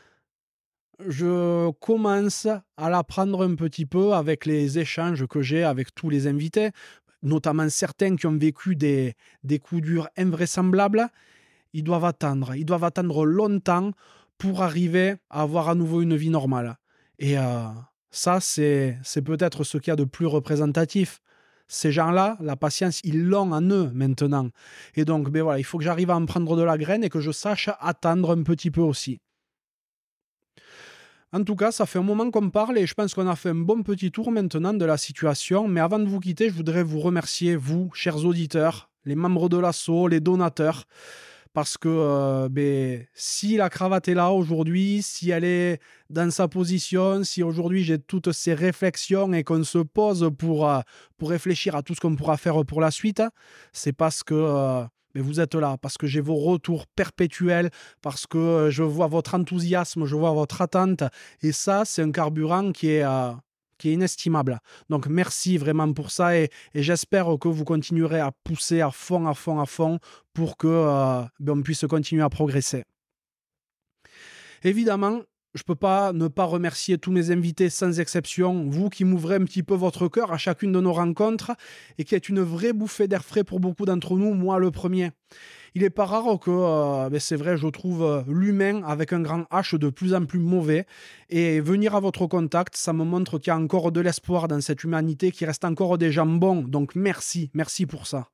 je commence à l'apprendre un petit peu avec les échanges que j'ai avec tous les invités, notamment certains qui ont vécu des coups durs invraisemblables. Ils doivent attendre longtemps pour arriver à avoir à nouveau une vie normale. Et ça, c'est peut-être ce qu'il y a de plus représentatif. Ces gens-là, la patience, ils l'ont en eux maintenant. Et donc, ben voilà, il faut que j'arrive à en prendre de la graine et que je sache attendre un petit peu aussi. En tout cas, ça fait un moment qu'on parle et je pense qu'on a fait un bon petit tour maintenant de la situation. Mais avant de vous quitter, je voudrais vous remercier, vous, chers auditeurs, les membres de l'asso, les donateurs. Parce que si la cravate est là aujourd'hui, si elle est dans sa position, si aujourd'hui j'ai toutes ces réflexions et qu'on se pose pour réfléchir à tout ce qu'on pourra faire pour la suite, c'est parce que vous êtes là, parce que j'ai vos retours perpétuels, parce que je vois votre enthousiasme, je vois votre attente. Et ça, c'est un carburant qui est inestimable. Donc merci vraiment pour ça et j'espère que vous continuerez à pousser à fond pour que on puisse continuer à progresser. Évidemment, je ne peux pas ne pas remercier tous mes invités sans exception, vous qui m'ouvrez un petit peu votre cœur à chacune de nos rencontres et qui êtes une vraie bouffée d'air frais pour beaucoup d'entre nous, moi le premier. Il n'est pas rare que, c'est vrai, je trouve l'humain avec un grand H de plus en plus mauvais. Et venir à votre contact, ça me montre qu'il y a encore de l'espoir dans cette humanité, qu'il reste encore des gens bons. Donc merci pour ça.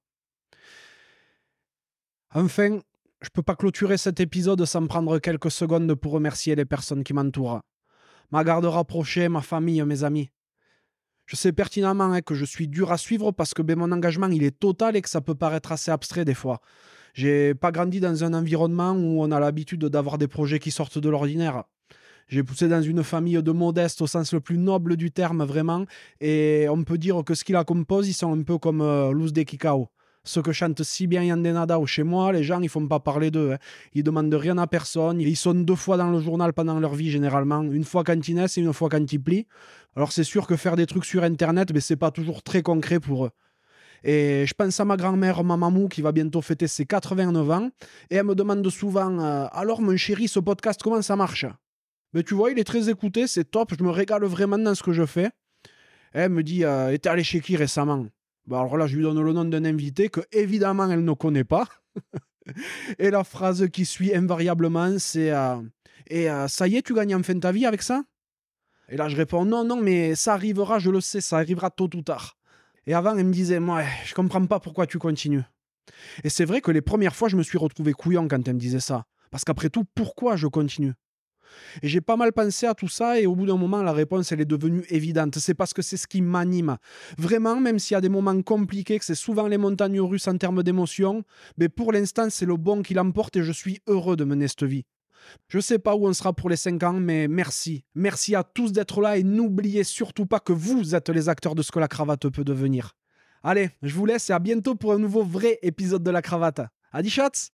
Enfin, je ne peux pas clôturer cet épisode sans prendre quelques secondes pour remercier les personnes qui m'entourent. Ma garde rapprochée, ma famille, mes amis. Je sais pertinemment que je suis dur à suivre parce que mon engagement il est total et que ça peut paraître assez abstrait des fois. J'ai pas grandi dans un environnement où on a l'habitude d'avoir des projets qui sortent de l'ordinaire. J'ai poussé dans une famille de modestes au sens le plus noble du terme, vraiment. Et on peut dire que ce qui la compose, ils sont un peu comme Luz de Kikao. Ceux que chantent si bien Yandé Nadao chez moi, les gens, ils font pas parler d'eux. Hein. Ils demandent rien à personne. Ils sonnent 2 fois dans le journal pendant leur vie, généralement. Une fois quand ils naissent et une fois quand ils plient. Alors c'est sûr que faire des trucs sur Internet, c'est pas toujours très concret pour eux. Et je pense à ma grand-mère, ma mamou, qui va bientôt fêter ses 89 ans. Et elle me demande souvent « Alors, mon chéri, ce podcast, comment ça marche ?» Mais tu vois, il est très écouté, c'est top, je me régale vraiment dans ce que je fais. Elle me dit, et t'es allé chez qui récemment? Bah alors là, je lui donne le nom d'un invité que, évidemment, elle ne connaît pas. Et la phrase qui suit invariablement, c'est et ça y est, tu gagnes enfin ta vie avec ça? Et là, je réponds non, non, mais ça arrivera, je le sais, ça arrivera tôt ou tard. Et avant, elle me disait, moi, je comprends pas pourquoi tu continues. Et c'est vrai que les premières fois, je me suis retrouvé couillon quand elle me disait ça. Parce qu'après tout, pourquoi je continue? Et j'ai pas mal pensé à tout ça et au bout d'un moment, la réponse, elle est devenue évidente. C'est parce que c'est ce qui m'anime. Vraiment, même s'il y a des moments compliqués, que c'est souvent les montagnes russes en termes d'émotions, mais pour l'instant, c'est le bon qui l'emporte et je suis heureux de mener cette vie. Je sais pas où on sera pour les 5 ans, mais merci. Merci à tous d'être là et n'oubliez surtout pas que vous êtes les acteurs de ce que la cravate peut devenir. Allez, je vous laisse et à bientôt pour un nouveau vrai épisode de la cravate. Adi shots!